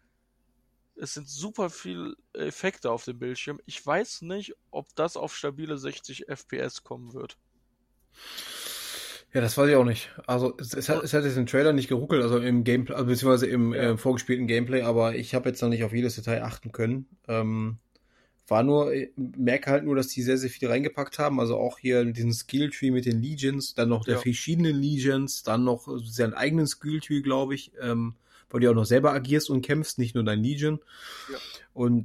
Es sind super viele Effekte auf dem Bildschirm. Ich weiß nicht, ob das auf stabile sechzig F P S kommen wird. Ja, das weiß ich auch nicht. Also es, es, hat, es hat jetzt im Trailer nicht geruckelt, also im Gameplay, also beziehungsweise im Ja. äh, vorgespielten Gameplay, aber ich habe jetzt noch nicht auf jedes Detail achten können. Ähm, war nur, ich merke halt nur, dass die sehr, sehr viel reingepackt haben. Also auch hier diesen Skilltree mit den Legions, dann noch der Ja. verschiedenen Legions, dann noch seinen eigenen Skilltree, glaube ich, ähm, weil du auch noch selber agierst und kämpfst, nicht nur dein Legion. Ja. Und ich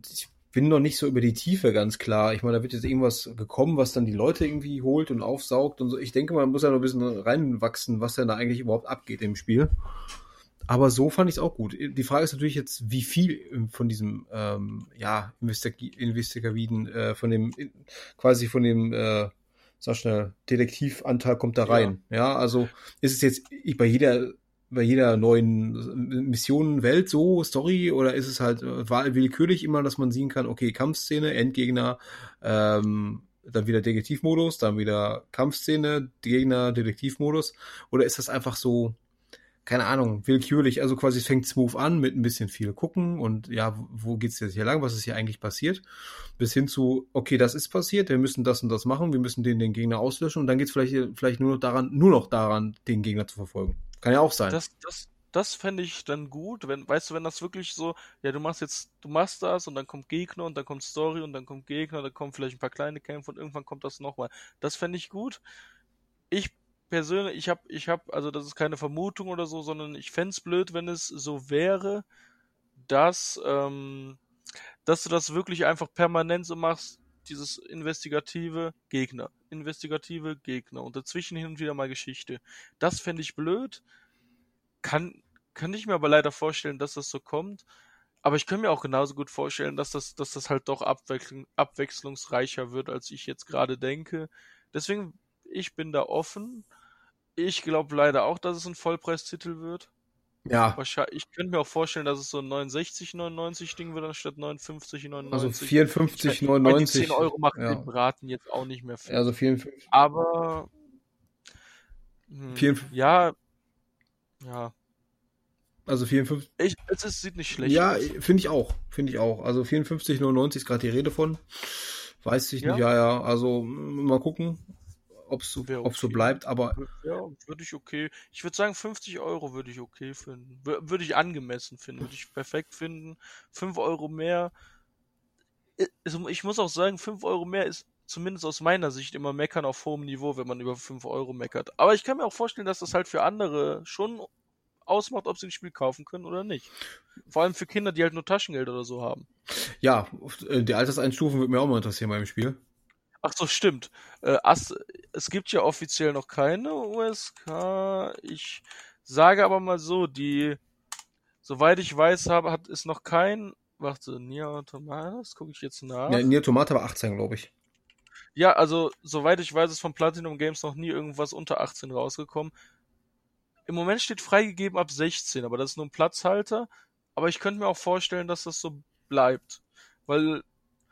bin noch nicht so über die Tiefe ganz klar. Ich meine, da wird jetzt irgendwas gekommen, was dann die Leute irgendwie holt und aufsaugt und so. Ich denke, man muss ja noch ein bisschen reinwachsen, was denn da eigentlich überhaupt abgeht im Spiel. Aber so fand ich es auch gut. Die Frage ist natürlich jetzt, wie viel von diesem, ähm, ja, Investig- investigativen, äh, von dem, quasi von dem, äh, sag schnell, Detektivanteil kommt da rein. Ja, ja, also ist es jetzt bei jeder, bei jeder neuen Mission Welt so, Story, oder ist es halt äh, willkürlich immer, dass man sehen kann, okay, Kampfszene, Endgegner, ähm, dann wieder Detektivmodus, dann wieder Kampfszene, Gegner, Detektivmodus, oder ist das einfach so, keine Ahnung, willkürlich, also quasi es fängt smooth an mit ein bisschen viel gucken und ja, wo geht's jetzt hier lang, was ist hier eigentlich passiert, bis hin zu, okay, das ist passiert, wir müssen das und das machen, wir müssen den, den Gegner auslöschen und dann geht's vielleicht, vielleicht nur noch daran, nur noch daran, den Gegner zu verfolgen. Kann ja auch sein. Das, das, das fände ich dann gut, wenn, weißt du, wenn das wirklich so, ja, du machst jetzt, du machst das und dann kommt Gegner und dann kommt Story und dann kommt Gegner, dann kommen vielleicht ein paar kleine Kämpfe und irgendwann kommt das nochmal. Das fände ich gut. Ich persönlich, ich habe, ich habe, also das ist keine Vermutung oder so, sondern ich fände es blöd, wenn es so wäre, dass, ähm, dass du das wirklich einfach permanent so machst, dieses investigative Gegner, investigative Gegner und dazwischen hin und wieder mal Geschichte. Das fände ich blöd. Kann, kann ich mir aber leider vorstellen, dass das so kommt. Aber ich kann mir auch genauso gut vorstellen, dass das, dass das halt doch abwechslung, abwechslungsreicher wird, als ich jetzt gerade denke. Deswegen, ich bin da offen. Ich glaube leider auch, dass es ein Vollpreistitel wird. Ja. Wahrscheinlich, ich könnte mir auch vorstellen, dass es so ein neunundsechzig neunundneunzig Ding wird, anstatt neunundfünfzig neunundneunzig. Also vierundfünfzig neunundneunzig. Ich meine, die zehn Euro machen ja. den Braten jetzt auch nicht mehr viel. Also vierundfünfzig. Aber, hm, vierundfünfzig. ja, ja. Also vierundfünfzig. Ich, es ist, sieht nicht schlecht ja, aus. Ja, finde ich auch. Finde ich auch. Also vierundfünfzig neunundneunzig ist gerade die Rede von. Weiß ich Ja. nicht. Ja, ja. Also mal gucken, ob es so, Wäre ob's so okay. bleibt. Aber Ja, würde ich okay. Ich würde sagen, fünfzig Euro würde ich okay finden. Wür- Würde ich angemessen finden. Würde ich perfekt finden. fünf Euro mehr. I- also Ich muss auch sagen, fünf Euro mehr ist zumindest aus meiner Sicht immer meckern auf hohem Niveau, wenn man über fünf Euro meckert. Aber ich kann mir auch vorstellen, dass das halt für andere schon ausmacht, ob sie ein Spiel kaufen können oder nicht. Vor allem für Kinder, die halt nur Taschengeld oder so haben. ja, die Alterseinstufung würde mir auch mal interessieren beim Spiel. Ach so, stimmt. Äh, As es gibt ja offiziell noch keine U S K. Ich sage aber mal so, die, soweit ich weiß, habe, hat ist noch kein, warte, Nier Automata, das gucke ich jetzt nach. Ja, Nier Automata war achtzehn, glaube ich. Ja, also, soweit ich weiß, ist von Platinum Games noch nie irgendwas unter achtzehn rausgekommen. Im Moment steht freigegeben ab sechzehn, aber das ist nur ein Platzhalter. Aber ich könnte mir auch vorstellen, dass das so bleibt. Weil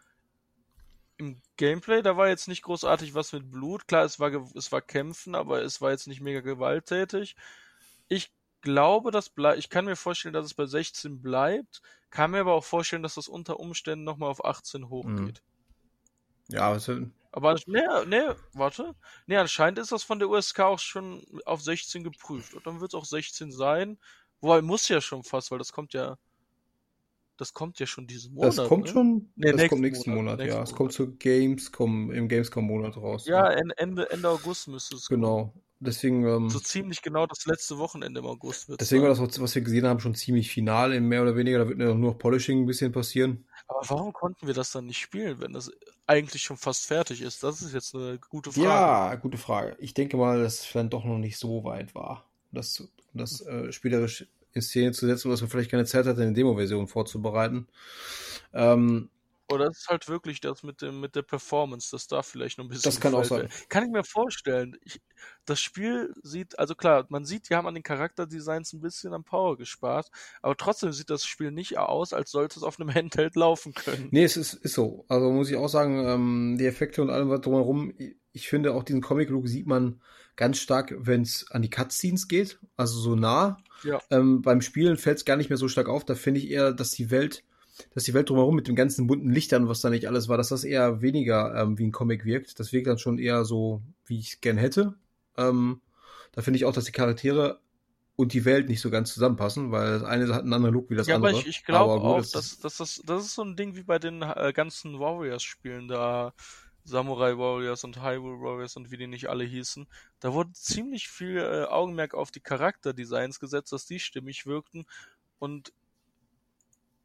im Gameplay, da war jetzt nicht großartig was mit Blut. Klar, es war, ge- es war Kämpfen, aber es war jetzt nicht mega gewalttätig. Ich glaube, das bleibt. Ich kann mir vorstellen, dass es bei sechzehn bleibt. Kann mir aber auch vorstellen, dass das unter Umständen nochmal auf achtzehn hochgeht. Ja, was denn? Aber, nee, nee, warte. Nee, anscheinend ist das von der U S K auch schon auf sechzehn geprüft. Und dann wird es auch sechzehn sein. Wobei, muss ja schon fast, weil das kommt ja, das kommt ja schon diesen Monat. Das kommt ne? schon. Nee, das nächsten kommt nächsten Monat, Monat, nächsten ja. Es Monat. kommt zu Gamescom, im Gamescom-Monat raus. Ja, en- Ende, Ende August müsste es kommen. Genau. Deswegen, ähm, So ziemlich genau das letzte Wochenende im August wird deswegen war sein. das, was wir gesehen haben, schon ziemlich final, in mehr oder weniger. Da wird nur noch Polishing ein bisschen passieren. Aber warum konnten wir das dann nicht spielen, wenn das eigentlich schon fast fertig ist? Das ist jetzt eine gute Frage. Ja, gute Frage. Ich denke mal, dass es dann doch noch nicht so weit war, das, zu- das äh, spielerisch in Szene zu setzen, dass man vielleicht keine Zeit hatte, eine Demo-Version vorzubereiten. Ähm, Oder es ist halt wirklich das mit dem, mit der Performance, das da vielleicht noch ein bisschen Das kann auch gefällt sein. wäre. Kann ich mir vorstellen. Ich, das Spiel sieht, also klar, man sieht, die haben an den Charakterdesigns ein bisschen an Power gespart, aber trotzdem sieht das Spiel nicht aus, als sollte es auf einem Handheld laufen können. Nee, es ist, ist so. Also muss ich auch sagen, ähm, die Effekte und allem was drumherum, ich finde auch diesen Comic-Look sieht man ganz stark, wenn es an die Cutscenes geht, also so nah. Ja. Ähm, beim Spielen fällt es gar nicht mehr so stark auf. Da finde ich eher, dass die Welt, dass die Welt drumherum mit den ganzen bunten Lichtern, was da nicht alles war, dass das eher weniger ähm, wie ein Comic wirkt. Das wirkt dann schon eher so, wie ich es gern hätte. Ähm, da finde ich auch, dass die Charaktere und die Welt nicht so ganz zusammenpassen, weil das eine hat einen anderen Look wie das ja, andere. aber ich, ich glaube Aber gut, auch, das dass, ist- dass das, das ist so ein Ding wie bei den äh, ganzen Warriors-Spielen da. Samurai Warriors und Hyrule Warriors und wie die nicht alle hießen. Da wurde ziemlich viel äh, Augenmerk auf die Charakterdesigns gesetzt, dass die stimmig wirkten. Und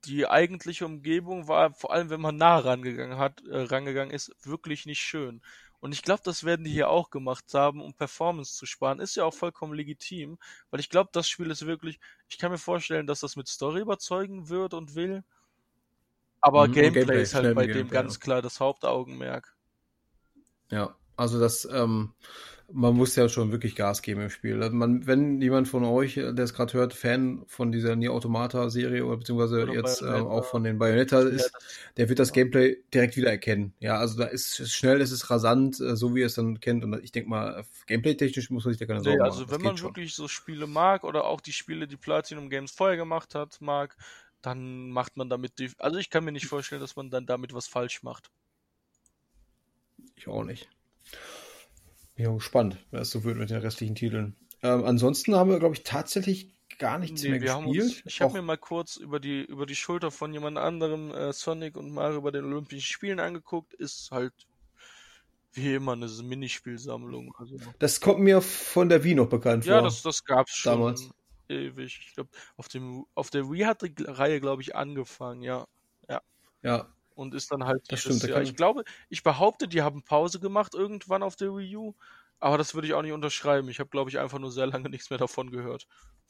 die eigentliche Umgebung war, vor allem wenn man nah rangegangen hat, äh, rangegangen ist, wirklich nicht schön. Und ich glaube, das werden die hier auch gemacht haben, um Performance zu sparen. Ist ja auch vollkommen legitim, weil ich glaube, das Spiel ist wirklich, ich kann mir vorstellen, dass das mit Story überzeugen wird und will. Aber Mhm, und Gameplay Gameplay, ist halt schnell bei mit dem Gameplay, ganz ja. klar das Hauptaugenmerk. Ja, also das, ähm, man muss ja schon wirklich Gas geben im Spiel. Also man, wenn jemand von euch, der es gerade hört, Fan von dieser Nier Automata-Serie oder beziehungsweise Oder jetzt äh, Bayonetta. auch von den Bayonetta Ja, ist, das, der wird das ja. Gameplay direkt wiedererkennen. Ja, also da ist es schnell, es ist rasant, äh, so wie ihr es dann kennt. Und ich denke mal, Gameplay-technisch muss man sich da keine Nee, Sorgen machen. also Das wenn geht man schon. wirklich so Spiele mag oder auch die Spiele, die Platinum Games vorher gemacht hat, mag, dann macht man damit die. Also ich kann mir nicht vorstellen, dass man dann damit was falsch macht. Ich auch nicht. Bin ja gespannt, wer es so wird mit den restlichen Titeln. Ähm, ansonsten haben wir, glaube ich, tatsächlich gar nichts Nee, mehr wir haben uns. gespielt. Ich habe Auch, mir mal kurz über die über die Schulter von jemand anderem äh, Sonic und Mario bei den Olympischen Spielen angeguckt. Ist halt wie immer eine Minispielsammlung. Also das kommt mir von der Wii noch bekannt ja, vor, das das gab's damals. schon ewig. Ich glaube, auf dem auf der Wii hat die Reihe, glaube ich, angefangen. Ja, ja. Ja, Und ist dann halt das stimmt. dieses Da Jahr. Ich kann, glaube, ich behaupte, die haben Pause gemacht irgendwann auf der Wii U, aber das würde ich auch nicht unterschreiben. Ich habe, glaube ich, einfach nur sehr lange nichts mehr davon gehört.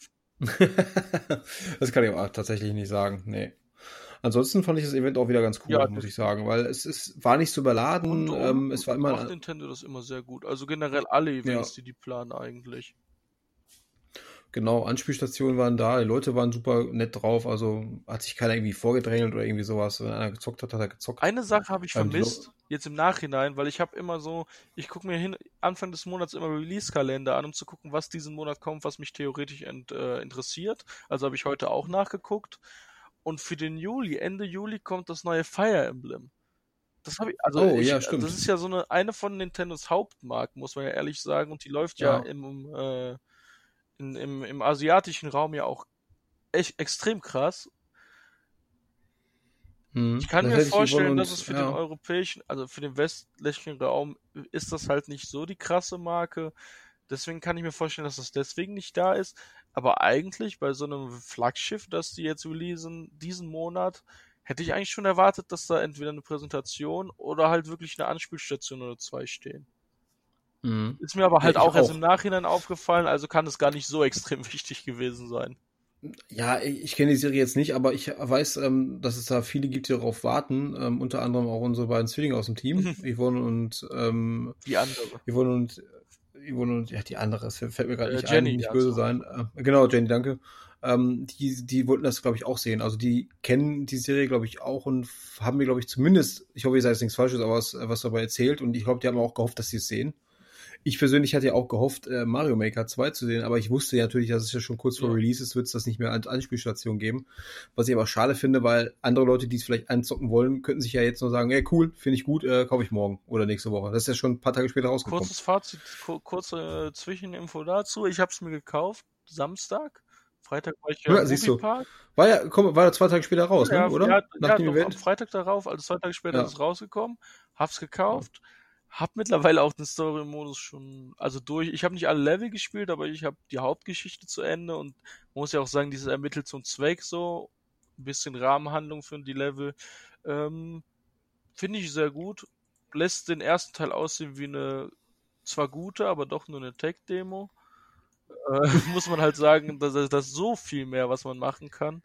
das kann ich auch tatsächlich nicht sagen. Nee. Ansonsten fand ich das Event auch wieder ganz Ja, cool, muss ich sagen, weil es ist, war nicht so rund, überladen. rund, Ähm, es war macht immer, Nintendo das immer sehr gut. Also generell alle ja, Events, die die planen eigentlich. genau, Anspielstationen waren da, die Leute waren super nett drauf, also hat sich keiner irgendwie vorgedrängelt oder irgendwie sowas. Wenn einer gezockt hat, hat er gezockt. Eine Sache habe ich Ähm, die Lo- vermisst, jetzt im Nachhinein, weil ich habe immer so, ich gucke mir hin, Anfang des Monats immer Release-Kalender an, um zu gucken, was diesen Monat kommt, was mich theoretisch ent, äh, interessiert. Also habe ich heute auch nachgeguckt. Und für den Juli, Ende Juli kommt das neue Fire Emblem. Das habe ich, also oh, ich, ja, das stimmt. ist ja so eine, eine von Nintendos Hauptmarken, muss man ja ehrlich sagen, und die läuft ja Ja. im, äh, in, im, im asiatischen Raum ja auch echt extrem krass. Ich Mhm. kann Das mir hätte ich Yvonne vorstellen, dass es und, für den ja. europäischen, also für den westlichen Raum ist das halt nicht so die krasse Marke. Deswegen kann ich mir vorstellen, dass das deswegen nicht da ist. Aber eigentlich bei so einem Flaggschiff, das die jetzt releasen, diesen Monat, hätte ich eigentlich schon erwartet, dass da entweder eine Präsentation oder halt wirklich eine Anspielstation oder zwei stehen. Mhm. Ist mir aber Ja, halt ich auch erst im auch. Nachhinein aufgefallen, also kann es gar nicht so extrem wichtig gewesen sein. Ja, ich, ich kenne die Serie jetzt nicht, aber ich weiß, ähm, dass es da viele gibt, die darauf warten. Ähm, unter anderem auch unsere beiden Zwillinge aus dem Team, Yvonne und ähm, Die andere. Yvonne und Yvonne und ja, die andere, es fällt mir gerade Äh, nicht ein, Jenny, nicht böse also. sein. Äh, genau, Jenny, danke. Ähm, die, die wollten das, glaube ich, auch sehen. Also die kennen die Serie, glaube ich, auch und f- haben mir, glaube ich, zumindest, ich hoffe, ihr seid jetzt nichts Falsches, aber was, was dabei erzählt und ich glaube, die haben auch gehofft, dass sie es sehen. Ich persönlich hatte ja auch gehofft, äh, Mario Maker zwei zu sehen, aber ich wusste ja natürlich, dass es ja schon kurz vor Ja. Release ist, wird es das nicht mehr als Anspielstation geben. Was ich aber schade finde, weil andere Leute, die es vielleicht anzocken wollen, könnten sich ja jetzt nur sagen, ey, cool, finde ich gut, äh, kaufe ich morgen oder nächste Woche. Das ist ja schon ein paar Tage später rausgekommen. Kurzes Fazit, ku kurze äh, Zwischeninfo dazu. Ich habe es mir gekauft, Samstag. Freitag war ich ja Ja, im siehst du. Moviepark. War ja, komm, war ja zwei Tage später raus, Ja, ne? ja, Oder? ja, Nach ja, dem doch, am Event? Freitag darauf, also zwei Tage später ist Ja. es rausgekommen. Hab's gekauft. Hab mittlerweile auch den Story-Modus schon, also durch. Ich habe nicht alle Level gespielt, aber ich habe die Hauptgeschichte zu Ende und man muss ja auch sagen, dieses ermittelt zum Zweck so. Ein bisschen Rahmenhandlung für die Level. Ähm, Finde ich sehr gut. Lässt den ersten Teil aussehen wie eine zwar gute, aber doch nur eine Tech-Demo. Äh, muss man halt sagen, dass das ist so viel mehr, was man machen kann.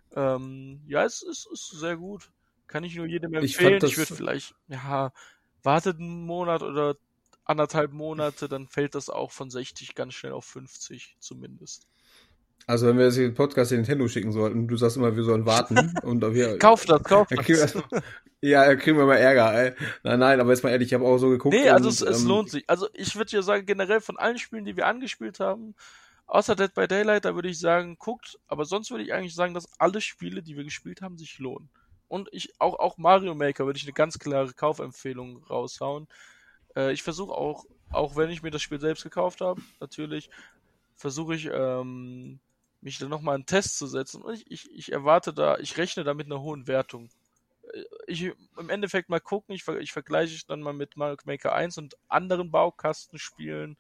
Ähm, ja, es ist, ist sehr gut. Kann ich nur jedem Ich fand empfehlen. Ich würde das, vielleicht, ja, wartet einen Monat oder anderthalb Monate, dann fällt das auch von sechzig ganz schnell auf fünfzig zumindest. also wenn wir jetzt den Podcast in Nintendo schicken sollten, du sagst immer, wir sollen warten und wir, Kauft das, kauft dann kriegen das. wir, ja, dann kriegen wir mal Ärger, ey. Nein, nein, aber jetzt mal ehrlich, ich habe auch so geguckt Nee, also und es, es ähm, lohnt sich. Also ich würde ja sagen, generell von allen Spielen, die wir angespielt haben, außer Dead by Daylight, da würde ich sagen, guckt, aber sonst würde ich eigentlich sagen, dass alle Spiele, die wir gespielt haben, sich lohnen. Und ich, auch, auch Mario Maker würde ich eine ganz klare Kaufempfehlung raushauen. Äh, ich versuche auch, auch wenn ich mir das Spiel selbst gekauft habe, natürlich, versuche ich, ähm, mich dann nochmal einen Test zu setzen. Und ich, ich, ich erwarte da, ich rechne da mit einer hohen Wertung. Äh, Ich im Endeffekt mal gucken, ich, ver- ich vergleiche es dann mal mit Mario Maker eins und anderen Baukastenspielen.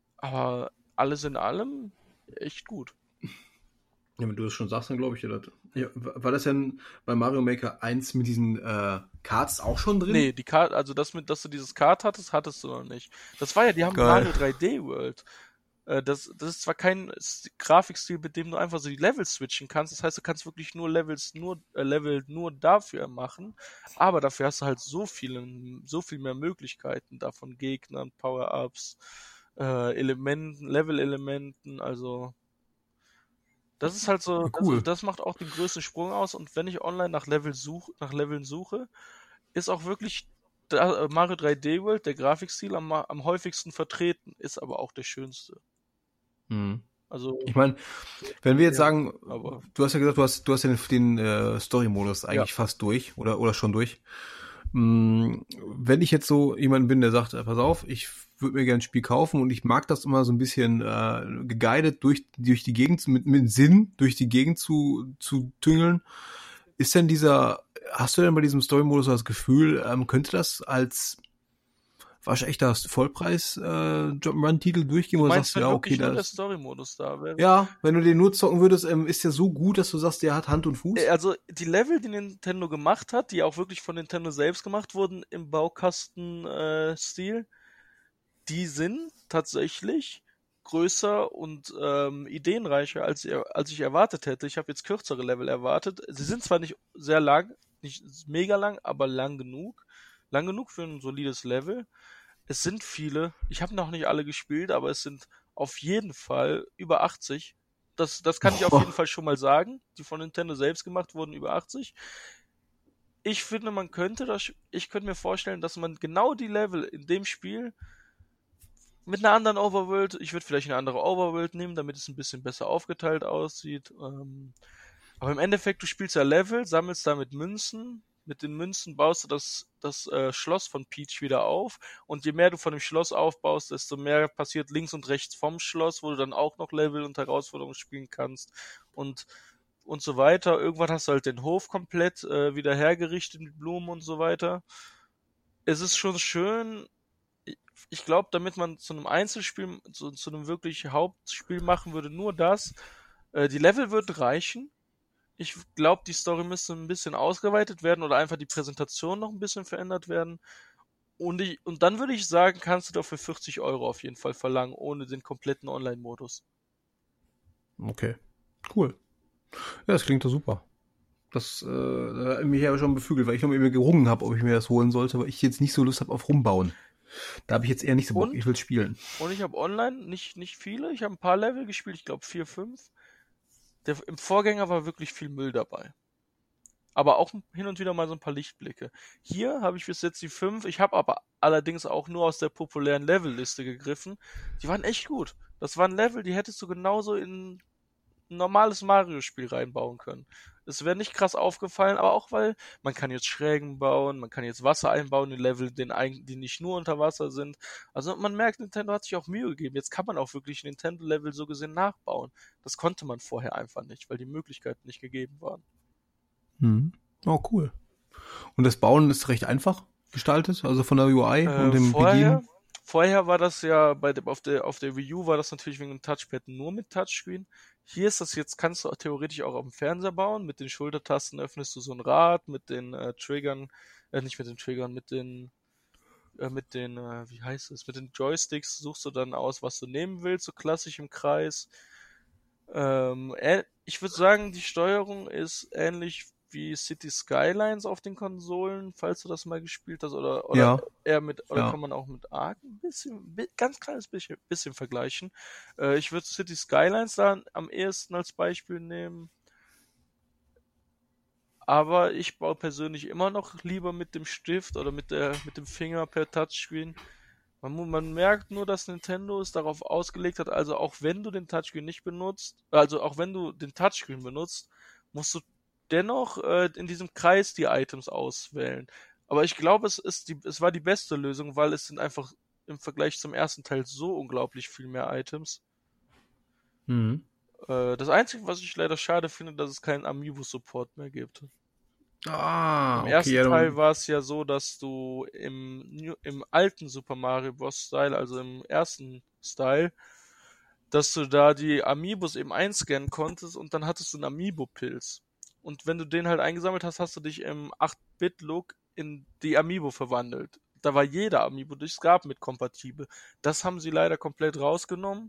Aber alles in allem echt gut. ja, wenn du das schon sagst, dann glaube ich dir das. Ja, war das denn bei Mario Maker eins mit diesen äh, Karts auch schon drin? Nee, die Karte, also das mit, dass du dieses Kart hattest, hattest du noch nicht. Das war ja, die haben Geil. Mario drei D World. Äh, das, das ist zwar kein S- Grafikstil, mit dem du einfach so die Level switchen kannst. Das heißt, du kannst wirklich nur Levels, nur äh, Level nur dafür machen. Aber dafür hast du halt so viele, so viel mehr Möglichkeiten davon Gegnern, Power-Ups, äh, Elementen, Level-Elementen. Also das ist halt so, Ja, das, cool. das macht auch den größten Sprung aus. Und wenn ich online nach Level such, nach Leveln suche, ist auch wirklich da, äh, Mario drei D World, der Grafikstil, am, am häufigsten vertreten, ist aber auch der schönste. Mhm. Also, Ich meine, wenn wir jetzt ja, sagen, aber du hast ja gesagt, du hast, du hast ja den, den äh, Story-Modus ja, eigentlich fast durch oder, oder schon durch. Mm, Wenn ich jetzt so jemand bin, der sagt, äh, pass auf, ich würde mir gerne ein Spiel kaufen und ich mag das immer so ein bisschen äh, geguidet durch, durch die Gegend, mit, mit Sinn durch die Gegend zu, zu tüngeln, ist denn dieser, hast du denn bei diesem Story-Modus das Gefühl, ähm, könnte das als waschechter Vollpreis äh, Jump'n'Run-Titel durchgehen, du wo du meinst, sagst, wenn ja, okay, wirklich nur der das Story-Modus da wäre? ja, wenn du den nur zocken würdest, ähm, ist der so gut, dass du sagst, der hat Hand und Äh, Fuß? Also, die Level, die Nintendo gemacht hat, die auch wirklich von Nintendo selbst gemacht wurden im Baukasten-Stil, die sind tatsächlich größer und ähm, ideenreicher, als, ihr- als ich erwartet hätte. Ich habe jetzt kürzere Level erwartet. Sie sind zwar nicht sehr lang, nicht mega lang, aber lang genug. Lang genug für ein solides Level. Es sind viele. Ich habe noch nicht alle gespielt, aber es sind auf jeden Fall über achtzig. Das, das kann ich auf jeden Fall schon mal sagen. Die von Nintendo selbst gemacht wurden, über achtzig. Ich finde, man könnte das, ich könnte mir vorstellen, dass man genau die Level in dem Spiel mit einer anderen Overworld, ich würde vielleicht eine andere Overworld nehmen, damit es ein bisschen besser aufgeteilt aussieht. Ähm, aber im Endeffekt, du spielst ja Level, sammelst damit Münzen. Mit den Münzen baust du das, das äh, Schloss von Peach wieder auf. Und je mehr du von dem Schloss aufbaust, desto mehr passiert links und rechts vom Schloss, wo du dann auch noch Level und Herausforderungen spielen kannst. Und, und so weiter. Irgendwann hast du halt den Hof komplett äh, wieder hergerichtet mit Blumen und so weiter. Es ist schon schön. Ich, ich glaube, damit man zu einem Einzelspiel, zu, zu einem wirklich Hauptspiel machen würde, nur das. Äh, die Level würden reichen. Ich glaube, die Story müsste ein bisschen ausgeweitet werden oder einfach die Präsentation noch ein bisschen verändert werden. Und, ich, und dann würde ich sagen, kannst du dafür vierzig Euro auf jeden Fall verlangen, ohne den kompletten Online-Modus. Okay, cool. Ja, das klingt doch super. Das äh, hat mich ja schon beflügelt, weil ich noch mit mir gerungen habe, ob ich mir das holen sollte, weil ich jetzt nicht so Lust habe auf Rumbauen. Da habe ich jetzt eher nicht so Bock, ich Und, will spielen. und ich habe online nicht, nicht viele, ich habe ein paar Level gespielt, ich glaube vier, fünf. Der, Im Vorgänger war wirklich viel Müll dabei. Aber auch hin und wieder mal so ein paar Lichtblicke. Hier habe ich bis jetzt die fünf. Ich habe aber allerdings auch nur aus der populären Levelliste gegriffen. Die waren echt gut. Das waren Level, die hättest du genauso in ein normales Mario-Spiel reinbauen können. Es wäre nicht krass aufgefallen, aber auch weil man kann jetzt Schrägen bauen, man kann jetzt Wasser einbauen in Level, die, die nicht nur unter Wasser sind. Also man merkt, Nintendo hat sich auch Mühe gegeben. Jetzt kann man auch wirklich Nintendo-Level so gesehen nachbauen. Das konnte man vorher einfach nicht, weil die Möglichkeiten nicht gegeben waren. Hm. Oh, cool. Und das Bauen ist recht einfach gestaltet, also von der U I Äh, und dem vorher, Bedienen. vorher war das ja bei dem, auf der auf der Wii U war das natürlich wegen dem Touchpad nur mit Touchscreen. Hier ist das jetzt, kannst du theoretisch auch auf dem Fernseher bauen. Mit den Schultertasten öffnest du so ein Rad, mit den äh, Triggern, äh, nicht mit den Triggern, mit den, äh, mit den, äh, wie heißt es, mit den Joysticks suchst du dann aus, was du nehmen willst, so klassisch im Kreis. Ähm, äh, ich würde sagen, die Steuerung ist ähnlich wie City Skylines auf den Konsolen, falls du das mal gespielt hast, oder, oder Ja, eher mit, oder ja. kann man auch mit Ark ein bisschen, bi- ganz kleines bisschen, bisschen vergleichen. Äh, ich würde City Skylines da am ehesten als Beispiel nehmen, aber ich baue persönlich immer noch lieber mit dem Stift oder mit der, mit dem Finger per Touchscreen. Man, mu- man merkt nur, dass Nintendo es darauf ausgelegt hat, also auch wenn du den Touchscreen nicht benutzt, also auch wenn du den Touchscreen benutzt, musst du dennoch äh, in diesem Kreis die Items auswählen. Aber ich glaube, es ist die, es war die beste Lösung, weil es sind einfach im Vergleich zum ersten Teil so unglaublich viel mehr Items. Mhm. Äh, das Einzige, was ich leider schade finde, dass es keinen Amiibo-Support mehr gibt. Ah, Im okay, ersten ja, Teil dann, war es ja so, dass du im, New- im alten Super Mario Bros. Style, also im ersten Style, dass du da die Amiibos eben einscannen konntest und dann hattest du einen Amiibo-Pilz. Und wenn du den halt eingesammelt hast, hast du dich im acht-Bit-Look in die Amiibo verwandelt. Da war jeder Amiibo durchs Grab mit kompatibel. Das haben sie leider komplett rausgenommen.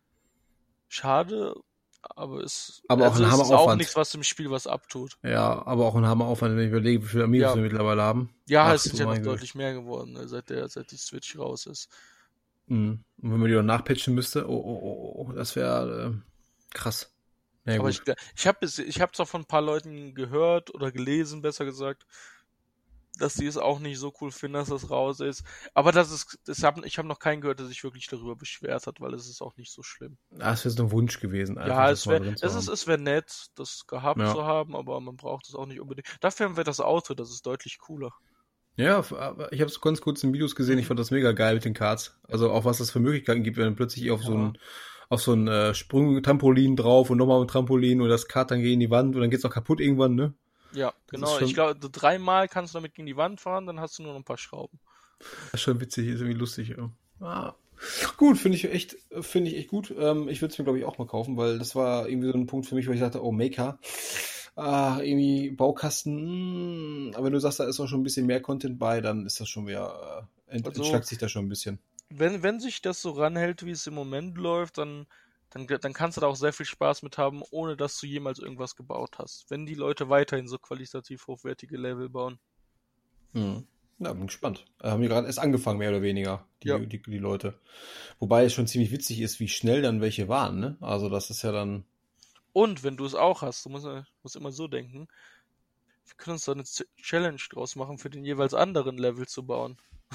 Schade, aber es, aber auch also ein es ist auch Hammeraufwand. nichts, was dem Spiel was abtut. Ja, aber auch ein Hammeraufwand, wenn ich überlege, wie viele Amiibos Ja. wir mittlerweile haben. Ja, Ach, es sind du ja noch mein Gott. deutlich mehr geworden, ne, seit der, seit die Switch raus ist. Mhm. Und wenn man die noch nachpatchen müsste, oh, oh, oh, oh, das wäre äh, krass. Ja, Aber gut. ich, ich habe ich habe zwar von ein paar Leuten gehört oder gelesen, besser gesagt, dass die es auch nicht so cool finden, dass das raus ist. Aber das ist, das hab, ich habe noch keinen gehört, der sich wirklich darüber beschwert hat, weil es ist auch nicht so schlimm. Ah, es wäre so ein Wunsch gewesen, einfach Ja, das es mal wäre drin zu es ist, haben. es wäre nett, das gehabt Ja. zu haben, aber man braucht es auch nicht unbedingt. Dafür haben wir das Auto, das ist deutlich cooler. Ja, aber ich habe es ganz kurz in Videos gesehen, ich fand das mega geil mit den Karts. Also auch was das für Möglichkeiten gibt, wenn man plötzlich auf so Ja. ein auf so ein äh, Sprung-Trampolin drauf und nochmal ein Trampolin und das Kart dann gegen die Wand und dann geht's auch kaputt irgendwann, ne? Ja, Das genau. ist schon- Ich glaube, dreimal kannst du damit gegen die Wand fahren, dann hast du nur noch ein paar Schrauben. Das ist schon witzig, ist irgendwie lustig. Ja. Ah. Gut, finde ich echt, finde ich echt gut. Ähm, ich würde es mir, glaube ich, auch mal kaufen, weil das war irgendwie so ein Punkt für mich, wo ich dachte, oh, Maker, ah, irgendwie Baukasten, mh. aber wenn du sagst, da ist auch schon ein bisschen mehr Content bei, dann ist das schon wieder, äh, ent Also- entschlackt sich das schon ein bisschen. Wenn, wenn sich das so ranhält, wie es im Moment läuft, dann, dann, dann kannst du da auch sehr viel Spaß mit haben, ohne dass du jemals irgendwas gebaut hast. Wenn die Leute weiterhin so qualitativ hochwertige Level bauen. Mhm. Na, bin gespannt. Äh, haben die gerade erst angefangen, mehr oder weniger, die, Ja. die, die Leute. Wobei es schon ziemlich witzig ist, wie schnell dann welche waren, ne? Also das ist ja dann, Und wenn du es auch hast, du musst, musst immer so denken, wir können uns da eine Z- Challenge draus machen, für den jeweils anderen Level zu bauen.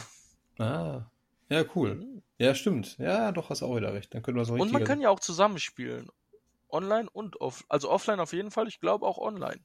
ah, ja, cool. Mhm. Ja, stimmt. Ja, doch, hast auch wieder recht. Dann können wir so Und richtig. man kann ja auch zusammenspielen. Online und off. Also offline auf jeden Fall, ich glaube auch online.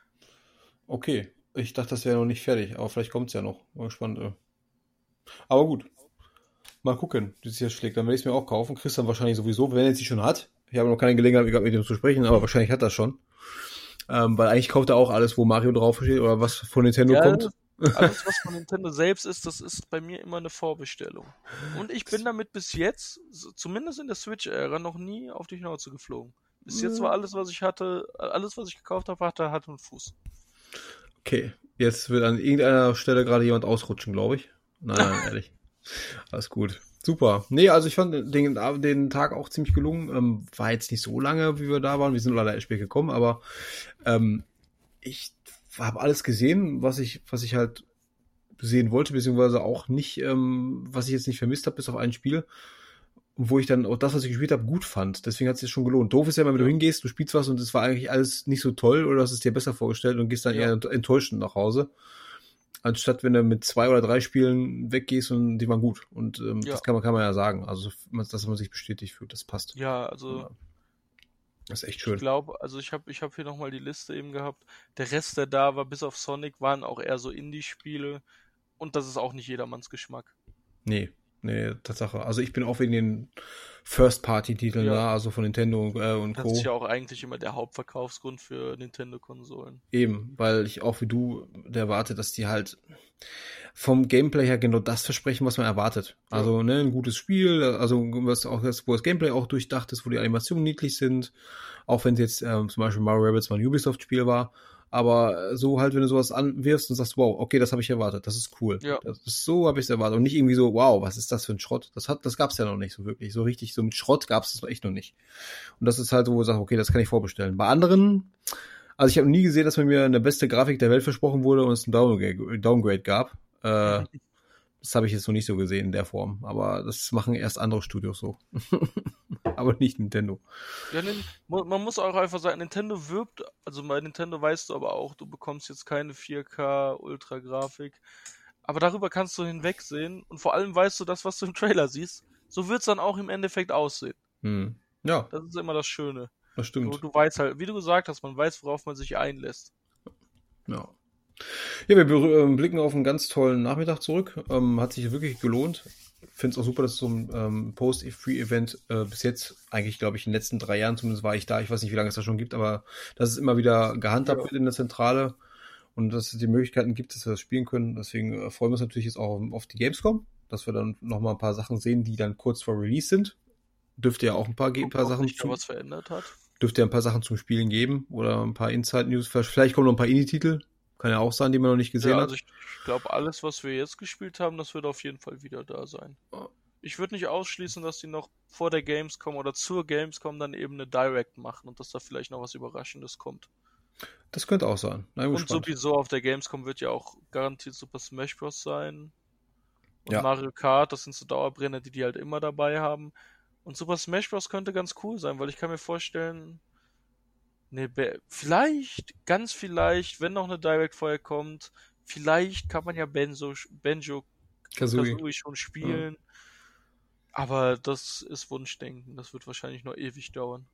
Okay, ich dachte, das wäre noch nicht fertig, aber vielleicht kommt es ja noch. Mal gespannt. äh. Aber gut. Mal gucken, wie sich das schlägt. Dann werde ich es mir auch kaufen. Christian wahrscheinlich sowieso, wenn er es schon hat. Ich habe noch keine Gelegenheit gehabt, mit ihm zu sprechen, aber wahrscheinlich hat er schon. Ähm, weil eigentlich kauft er auch alles, wo Mario draufsteht oder was von Nintendo Ja, kommt. Alles, was von Nintendo selbst ist, das ist bei mir immer eine Vorbestellung. Und ich bin damit bis jetzt, so- zumindest in der Switch-Ära, noch nie auf die Schnauze geflogen. Bis jetzt war alles, was ich hatte, alles, was ich gekauft habe, hatte Hand und Fuß. Okay, jetzt wird an irgendeiner Stelle gerade jemand ausrutschen, glaube ich. Nein, nein, ehrlich. Alles gut. Super. Nee, also ich fand den, den Tag auch ziemlich gelungen. Ähm, war jetzt nicht so lange, wie wir da waren. Wir sind leider erst spät gekommen, aber ähm, ich habe alles gesehen, was ich, was ich halt sehen wollte, beziehungsweise auch nicht, ähm, was ich jetzt nicht vermisst habe, bis auf ein Spiel, wo ich dann auch das, was ich gespielt habe, gut fand. Deswegen hat es sich schon gelohnt. Doof ist ja, wenn du hingehst, du spielst was und es war eigentlich alles nicht so toll oder hast es dir besser vorgestellt und gehst dann Ja. eher enttäuschend nach Hause. Anstatt wenn du mit zwei oder drei Spielen weggehst und die waren gut. Und ähm, Ja. das kann man, kann man ja sagen. Also, dass man sich bestätigt fühlt, das passt. Ja, also Ja. Das ist echt ich schön. glaube, also ich habe ich hab hier nochmal die Liste eben gehabt. Der Rest, der da war, bis auf Sonic, waren auch eher so Indie-Spiele. Und das ist auch nicht jedermanns Geschmack. Nee, nee, Tatsache. Also ich bin auch wegen den First-Party-Titeln Ja. da, also von Nintendo und, äh, und Das Co. ist ja auch eigentlich immer der Hauptverkaufsgrund für Nintendo-Konsolen. Eben, weil ich auch wie du der erwarte, dass die halt vom Gameplay her genau das versprechen, was man erwartet. Ja. Also ne, ein gutes Spiel, also was auch das, wo das Gameplay auch durchdacht ist, wo die Animationen niedlich sind, auch wenn es jetzt ähm, zum Beispiel Mario Rabbids mal ein Ubisoft-Spiel war, aber so halt, wenn du sowas anwirfst und sagst, wow, okay, das habe ich erwartet, das ist cool. Ja. Das ist so habe ich es erwartet und nicht irgendwie so, wow, was ist das für ein Schrott? Das hat, das gab's ja noch nicht so wirklich, so richtig, so mit Schrott gab's das echt noch nicht. Und das ist halt so, wo du sagst, okay, das kann ich vorbestellen. Bei anderen, also ich habe nie gesehen, dass mir mir eine beste Grafik der Welt versprochen wurde und es einen Downgrade, Downgrade gab. Äh, das habe ich jetzt noch nicht so gesehen in der Form, aber das machen erst andere Studios so. Aber nicht Nintendo. Ja, nin- mu- man muss auch einfach sagen, Nintendo wirbt, also bei Nintendo weißt du aber auch, du bekommst jetzt keine vier K Ultra-Grafik, aber darüber kannst du hinwegsehen und vor allem weißt du das, was du im Trailer siehst, so wird's dann auch im Endeffekt aussehen. Hm. Ja, Das ist immer das Schöne. das Du, stimmt. du weißt halt, wie du gesagt hast, man weiß, worauf man sich einlässt. Ja. Ja, wir berü- ähm, blicken auf einen ganz tollen Nachmittag zurück. Ähm, hat sich wirklich gelohnt. Finde es auch super, dass so ein ähm, Post-Free-Event äh, bis jetzt, eigentlich glaube ich in den letzten drei Jahren zumindest war ich da, ich weiß nicht, wie lange es da schon gibt, aber dass es immer wieder gehandhabt Ja. wird in der Zentrale und dass es die Möglichkeiten gibt, dass wir das spielen können. Deswegen äh, freuen wir uns natürlich jetzt auch auf, auf die Gamescom, dass wir dann nochmal ein paar Sachen sehen, die dann kurz vor Release sind. Dürfte ja auch ein paar, Ge- ein paar Ob Sachen sich da zu. was verändert hat. dürfte ja ein paar Sachen zum Spielen geben oder ein paar Inside-News. Vielleicht kommen noch ein paar Indie-Titel. Kann ja auch sein, die man noch nicht gesehen ja, hat. Also ich glaube, alles, was wir jetzt gespielt haben, das wird auf jeden Fall wieder da sein. Ich würde nicht ausschließen, dass die noch vor der Gamescom oder zur Gamescom dann eben eine Direct machen und dass da vielleicht noch was Überraschendes kommt. Das könnte auch sein. Nein, und gespannt. Sowieso auf der Gamescom wird ja auch garantiert Super Smash Bros. Sein. Und ja. Mario Kart, das sind so Dauerbrenner, die die halt immer dabei haben. Und Super Smash Bros. Könnte ganz cool sein, weil ich kann mir vorstellen, ne, vielleicht, ganz vielleicht, wenn noch eine Direct vorher kommt, vielleicht kann man ja Benzo, Banjo Kazooie, Kazooie schon spielen. Ja. Aber das ist Wunschdenken. Das wird wahrscheinlich noch ewig dauern.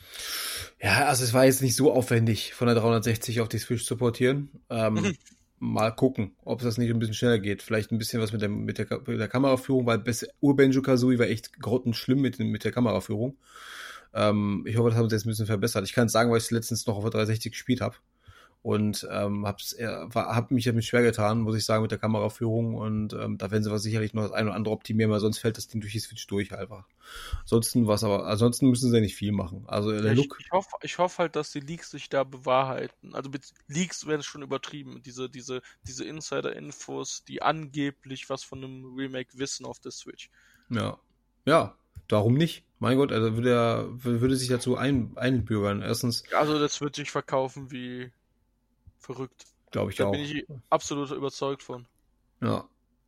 Ja, also es war jetzt nicht so aufwendig, von der dreihundertsechzig auf die Switch zu portieren. Ähm, mal gucken, ob das nicht ein bisschen schneller geht. Vielleicht ein bisschen was mit der, mit der, mit der Kameraführung, weil Ur-Banjo Kazooie war echt grottenschlimm mit, mit der Kameraführung. Ähm, ich hoffe, das haben sie jetzt ein bisschen verbessert. Ich kann es sagen, weil ich es letztens noch auf der dreihundertsechzig gespielt habe. Und ähm, hab's, äh, war, hab mich damit schwer getan, muss ich sagen, mit der Kameraführung. Und ähm, da werden sie was sicherlich noch das eine oder andere optimieren, weil sonst fällt das Ding durch die Switch durch einfach. Ansonsten was aber, ansonsten müssen sie ja nicht viel machen. Also der ja, Look. Ich, ich hoffe ich hoff halt, dass die Leaks sich da bewahrheiten. Also mit Leaks werden schon übertrieben. Diese, diese, diese Insider-Infos, die angeblich was von einem Remake wissen auf der Switch. Ja. Ja, warum nicht? Mein Gott, also würde er würde sich dazu ein, einbürgern. Erstens. Also das wird sich verkaufen wie verrückt. Glaube ich da auch. Da bin ich absolut überzeugt von. Ja.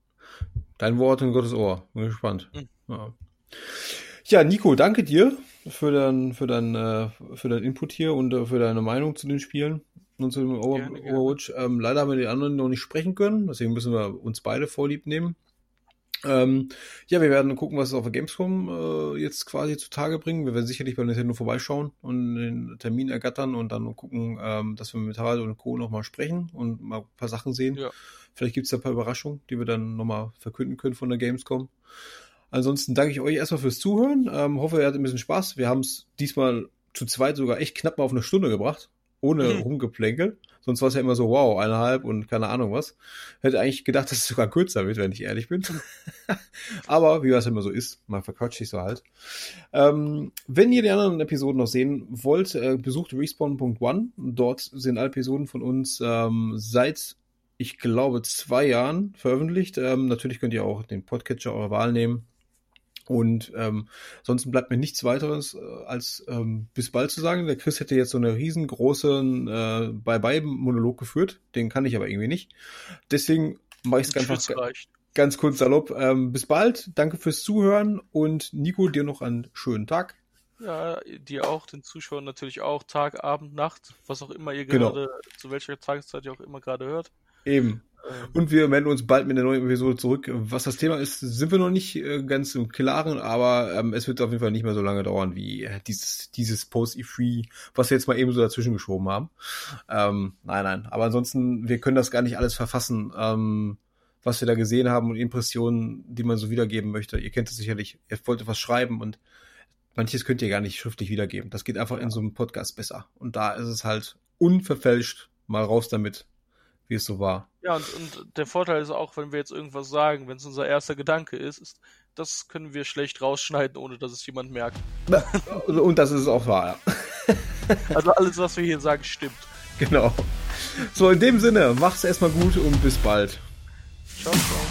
Dein Wort in Gottes Ohr. Bin gespannt. Mhm. Ja. Ja, Nico, danke dir für dein, für dein, äh, für dein Input hier und äh, für deine Meinung zu den Spielen und zu dem Over- gerne, Overwatch. Gerne. Ähm, leider haben wir die anderen noch nicht sprechen können, deswegen müssen wir uns beide vorlieb nehmen. Ähm, ja, wir werden gucken, was es auf der Gamescom äh, jetzt quasi zutage bringen. Wir werden sicherlich bei Nintendo vorbeischauen und den Termin ergattern und dann gucken, ähm, dass wir mit Harald und Co. nochmal sprechen und mal ein paar Sachen sehen. Ja. Vielleicht gibt es da ein paar Überraschungen, die wir dann nochmal verkünden können von der Gamescom. Ansonsten danke ich euch erstmal fürs Zuhören. Ähm, hoffe, ihr hattet ein bisschen Spaß. Wir haben es diesmal zu zweit sogar echt knapp mal auf eine Stunde gebracht. Ohne mhm. Rumgeplänkel. Sonst war es ja immer so, wow, eineinhalb und keine Ahnung was. Hätte eigentlich gedacht, dass es sogar kürzer wird, wenn ich ehrlich bin. Aber wie das immer so ist, man verquatscht sich so halt. Ähm, wenn ihr die anderen Episoden noch sehen wollt, äh, besucht respawn punkt one. Dort sind alle Episoden von uns ähm, seit, ich glaube, zwei Jahren veröffentlicht. Ähm, natürlich könnt ihr auch den Podcatcher eurer Wahl nehmen. Und ähm, sonst bleibt mir nichts weiteres äh, als ähm, bis bald zu sagen. Der Chris hätte jetzt so einen riesengroßen äh, Bye-Bye-Monolog geführt. Den kann ich aber irgendwie nicht. Deswegen mache ich es einfach ga- ganz kurz salopp. Ähm, bis bald. Danke fürs Zuhören. Und Nico, dir noch einen schönen Tag. Ja, dir auch, den Zuschauern natürlich auch. Tag, Abend, Nacht, was auch immer ihr Genau. gerade, zu welcher Tageszeit ihr auch immer gerade hört. Eben. Und wir melden uns bald mit einer neuen Episode zurück. Was das Thema ist, sind wir noch nicht äh, ganz im Klaren, aber ähm, es wird auf jeden Fall nicht mehr so lange dauern wie äh, dieses dieses Post-E drei, was wir jetzt mal eben so dazwischen geschoben haben. Ähm, nein, nein. Aber ansonsten, wir können das gar nicht alles verfassen, ähm, was wir da gesehen haben und Impressionen, die man so wiedergeben möchte. Ihr kennt es sicherlich. Ihr wollt etwas schreiben und manches könnt ihr gar nicht schriftlich wiedergeben. Das geht einfach in so einem Podcast besser. Und da ist es halt unverfälscht. Mal raus damit, wie es so war. Ja, und, und der Vorteil ist auch, wenn wir jetzt irgendwas sagen, wenn es unser erster Gedanke ist, ist, das können wir schlecht rausschneiden, ohne dass es jemand merkt. Und das ist auch wahr, ja. Also alles, was wir hier sagen, stimmt. Genau. So, in dem Sinne, mach's erstmal gut und bis bald. Ciao, ciao.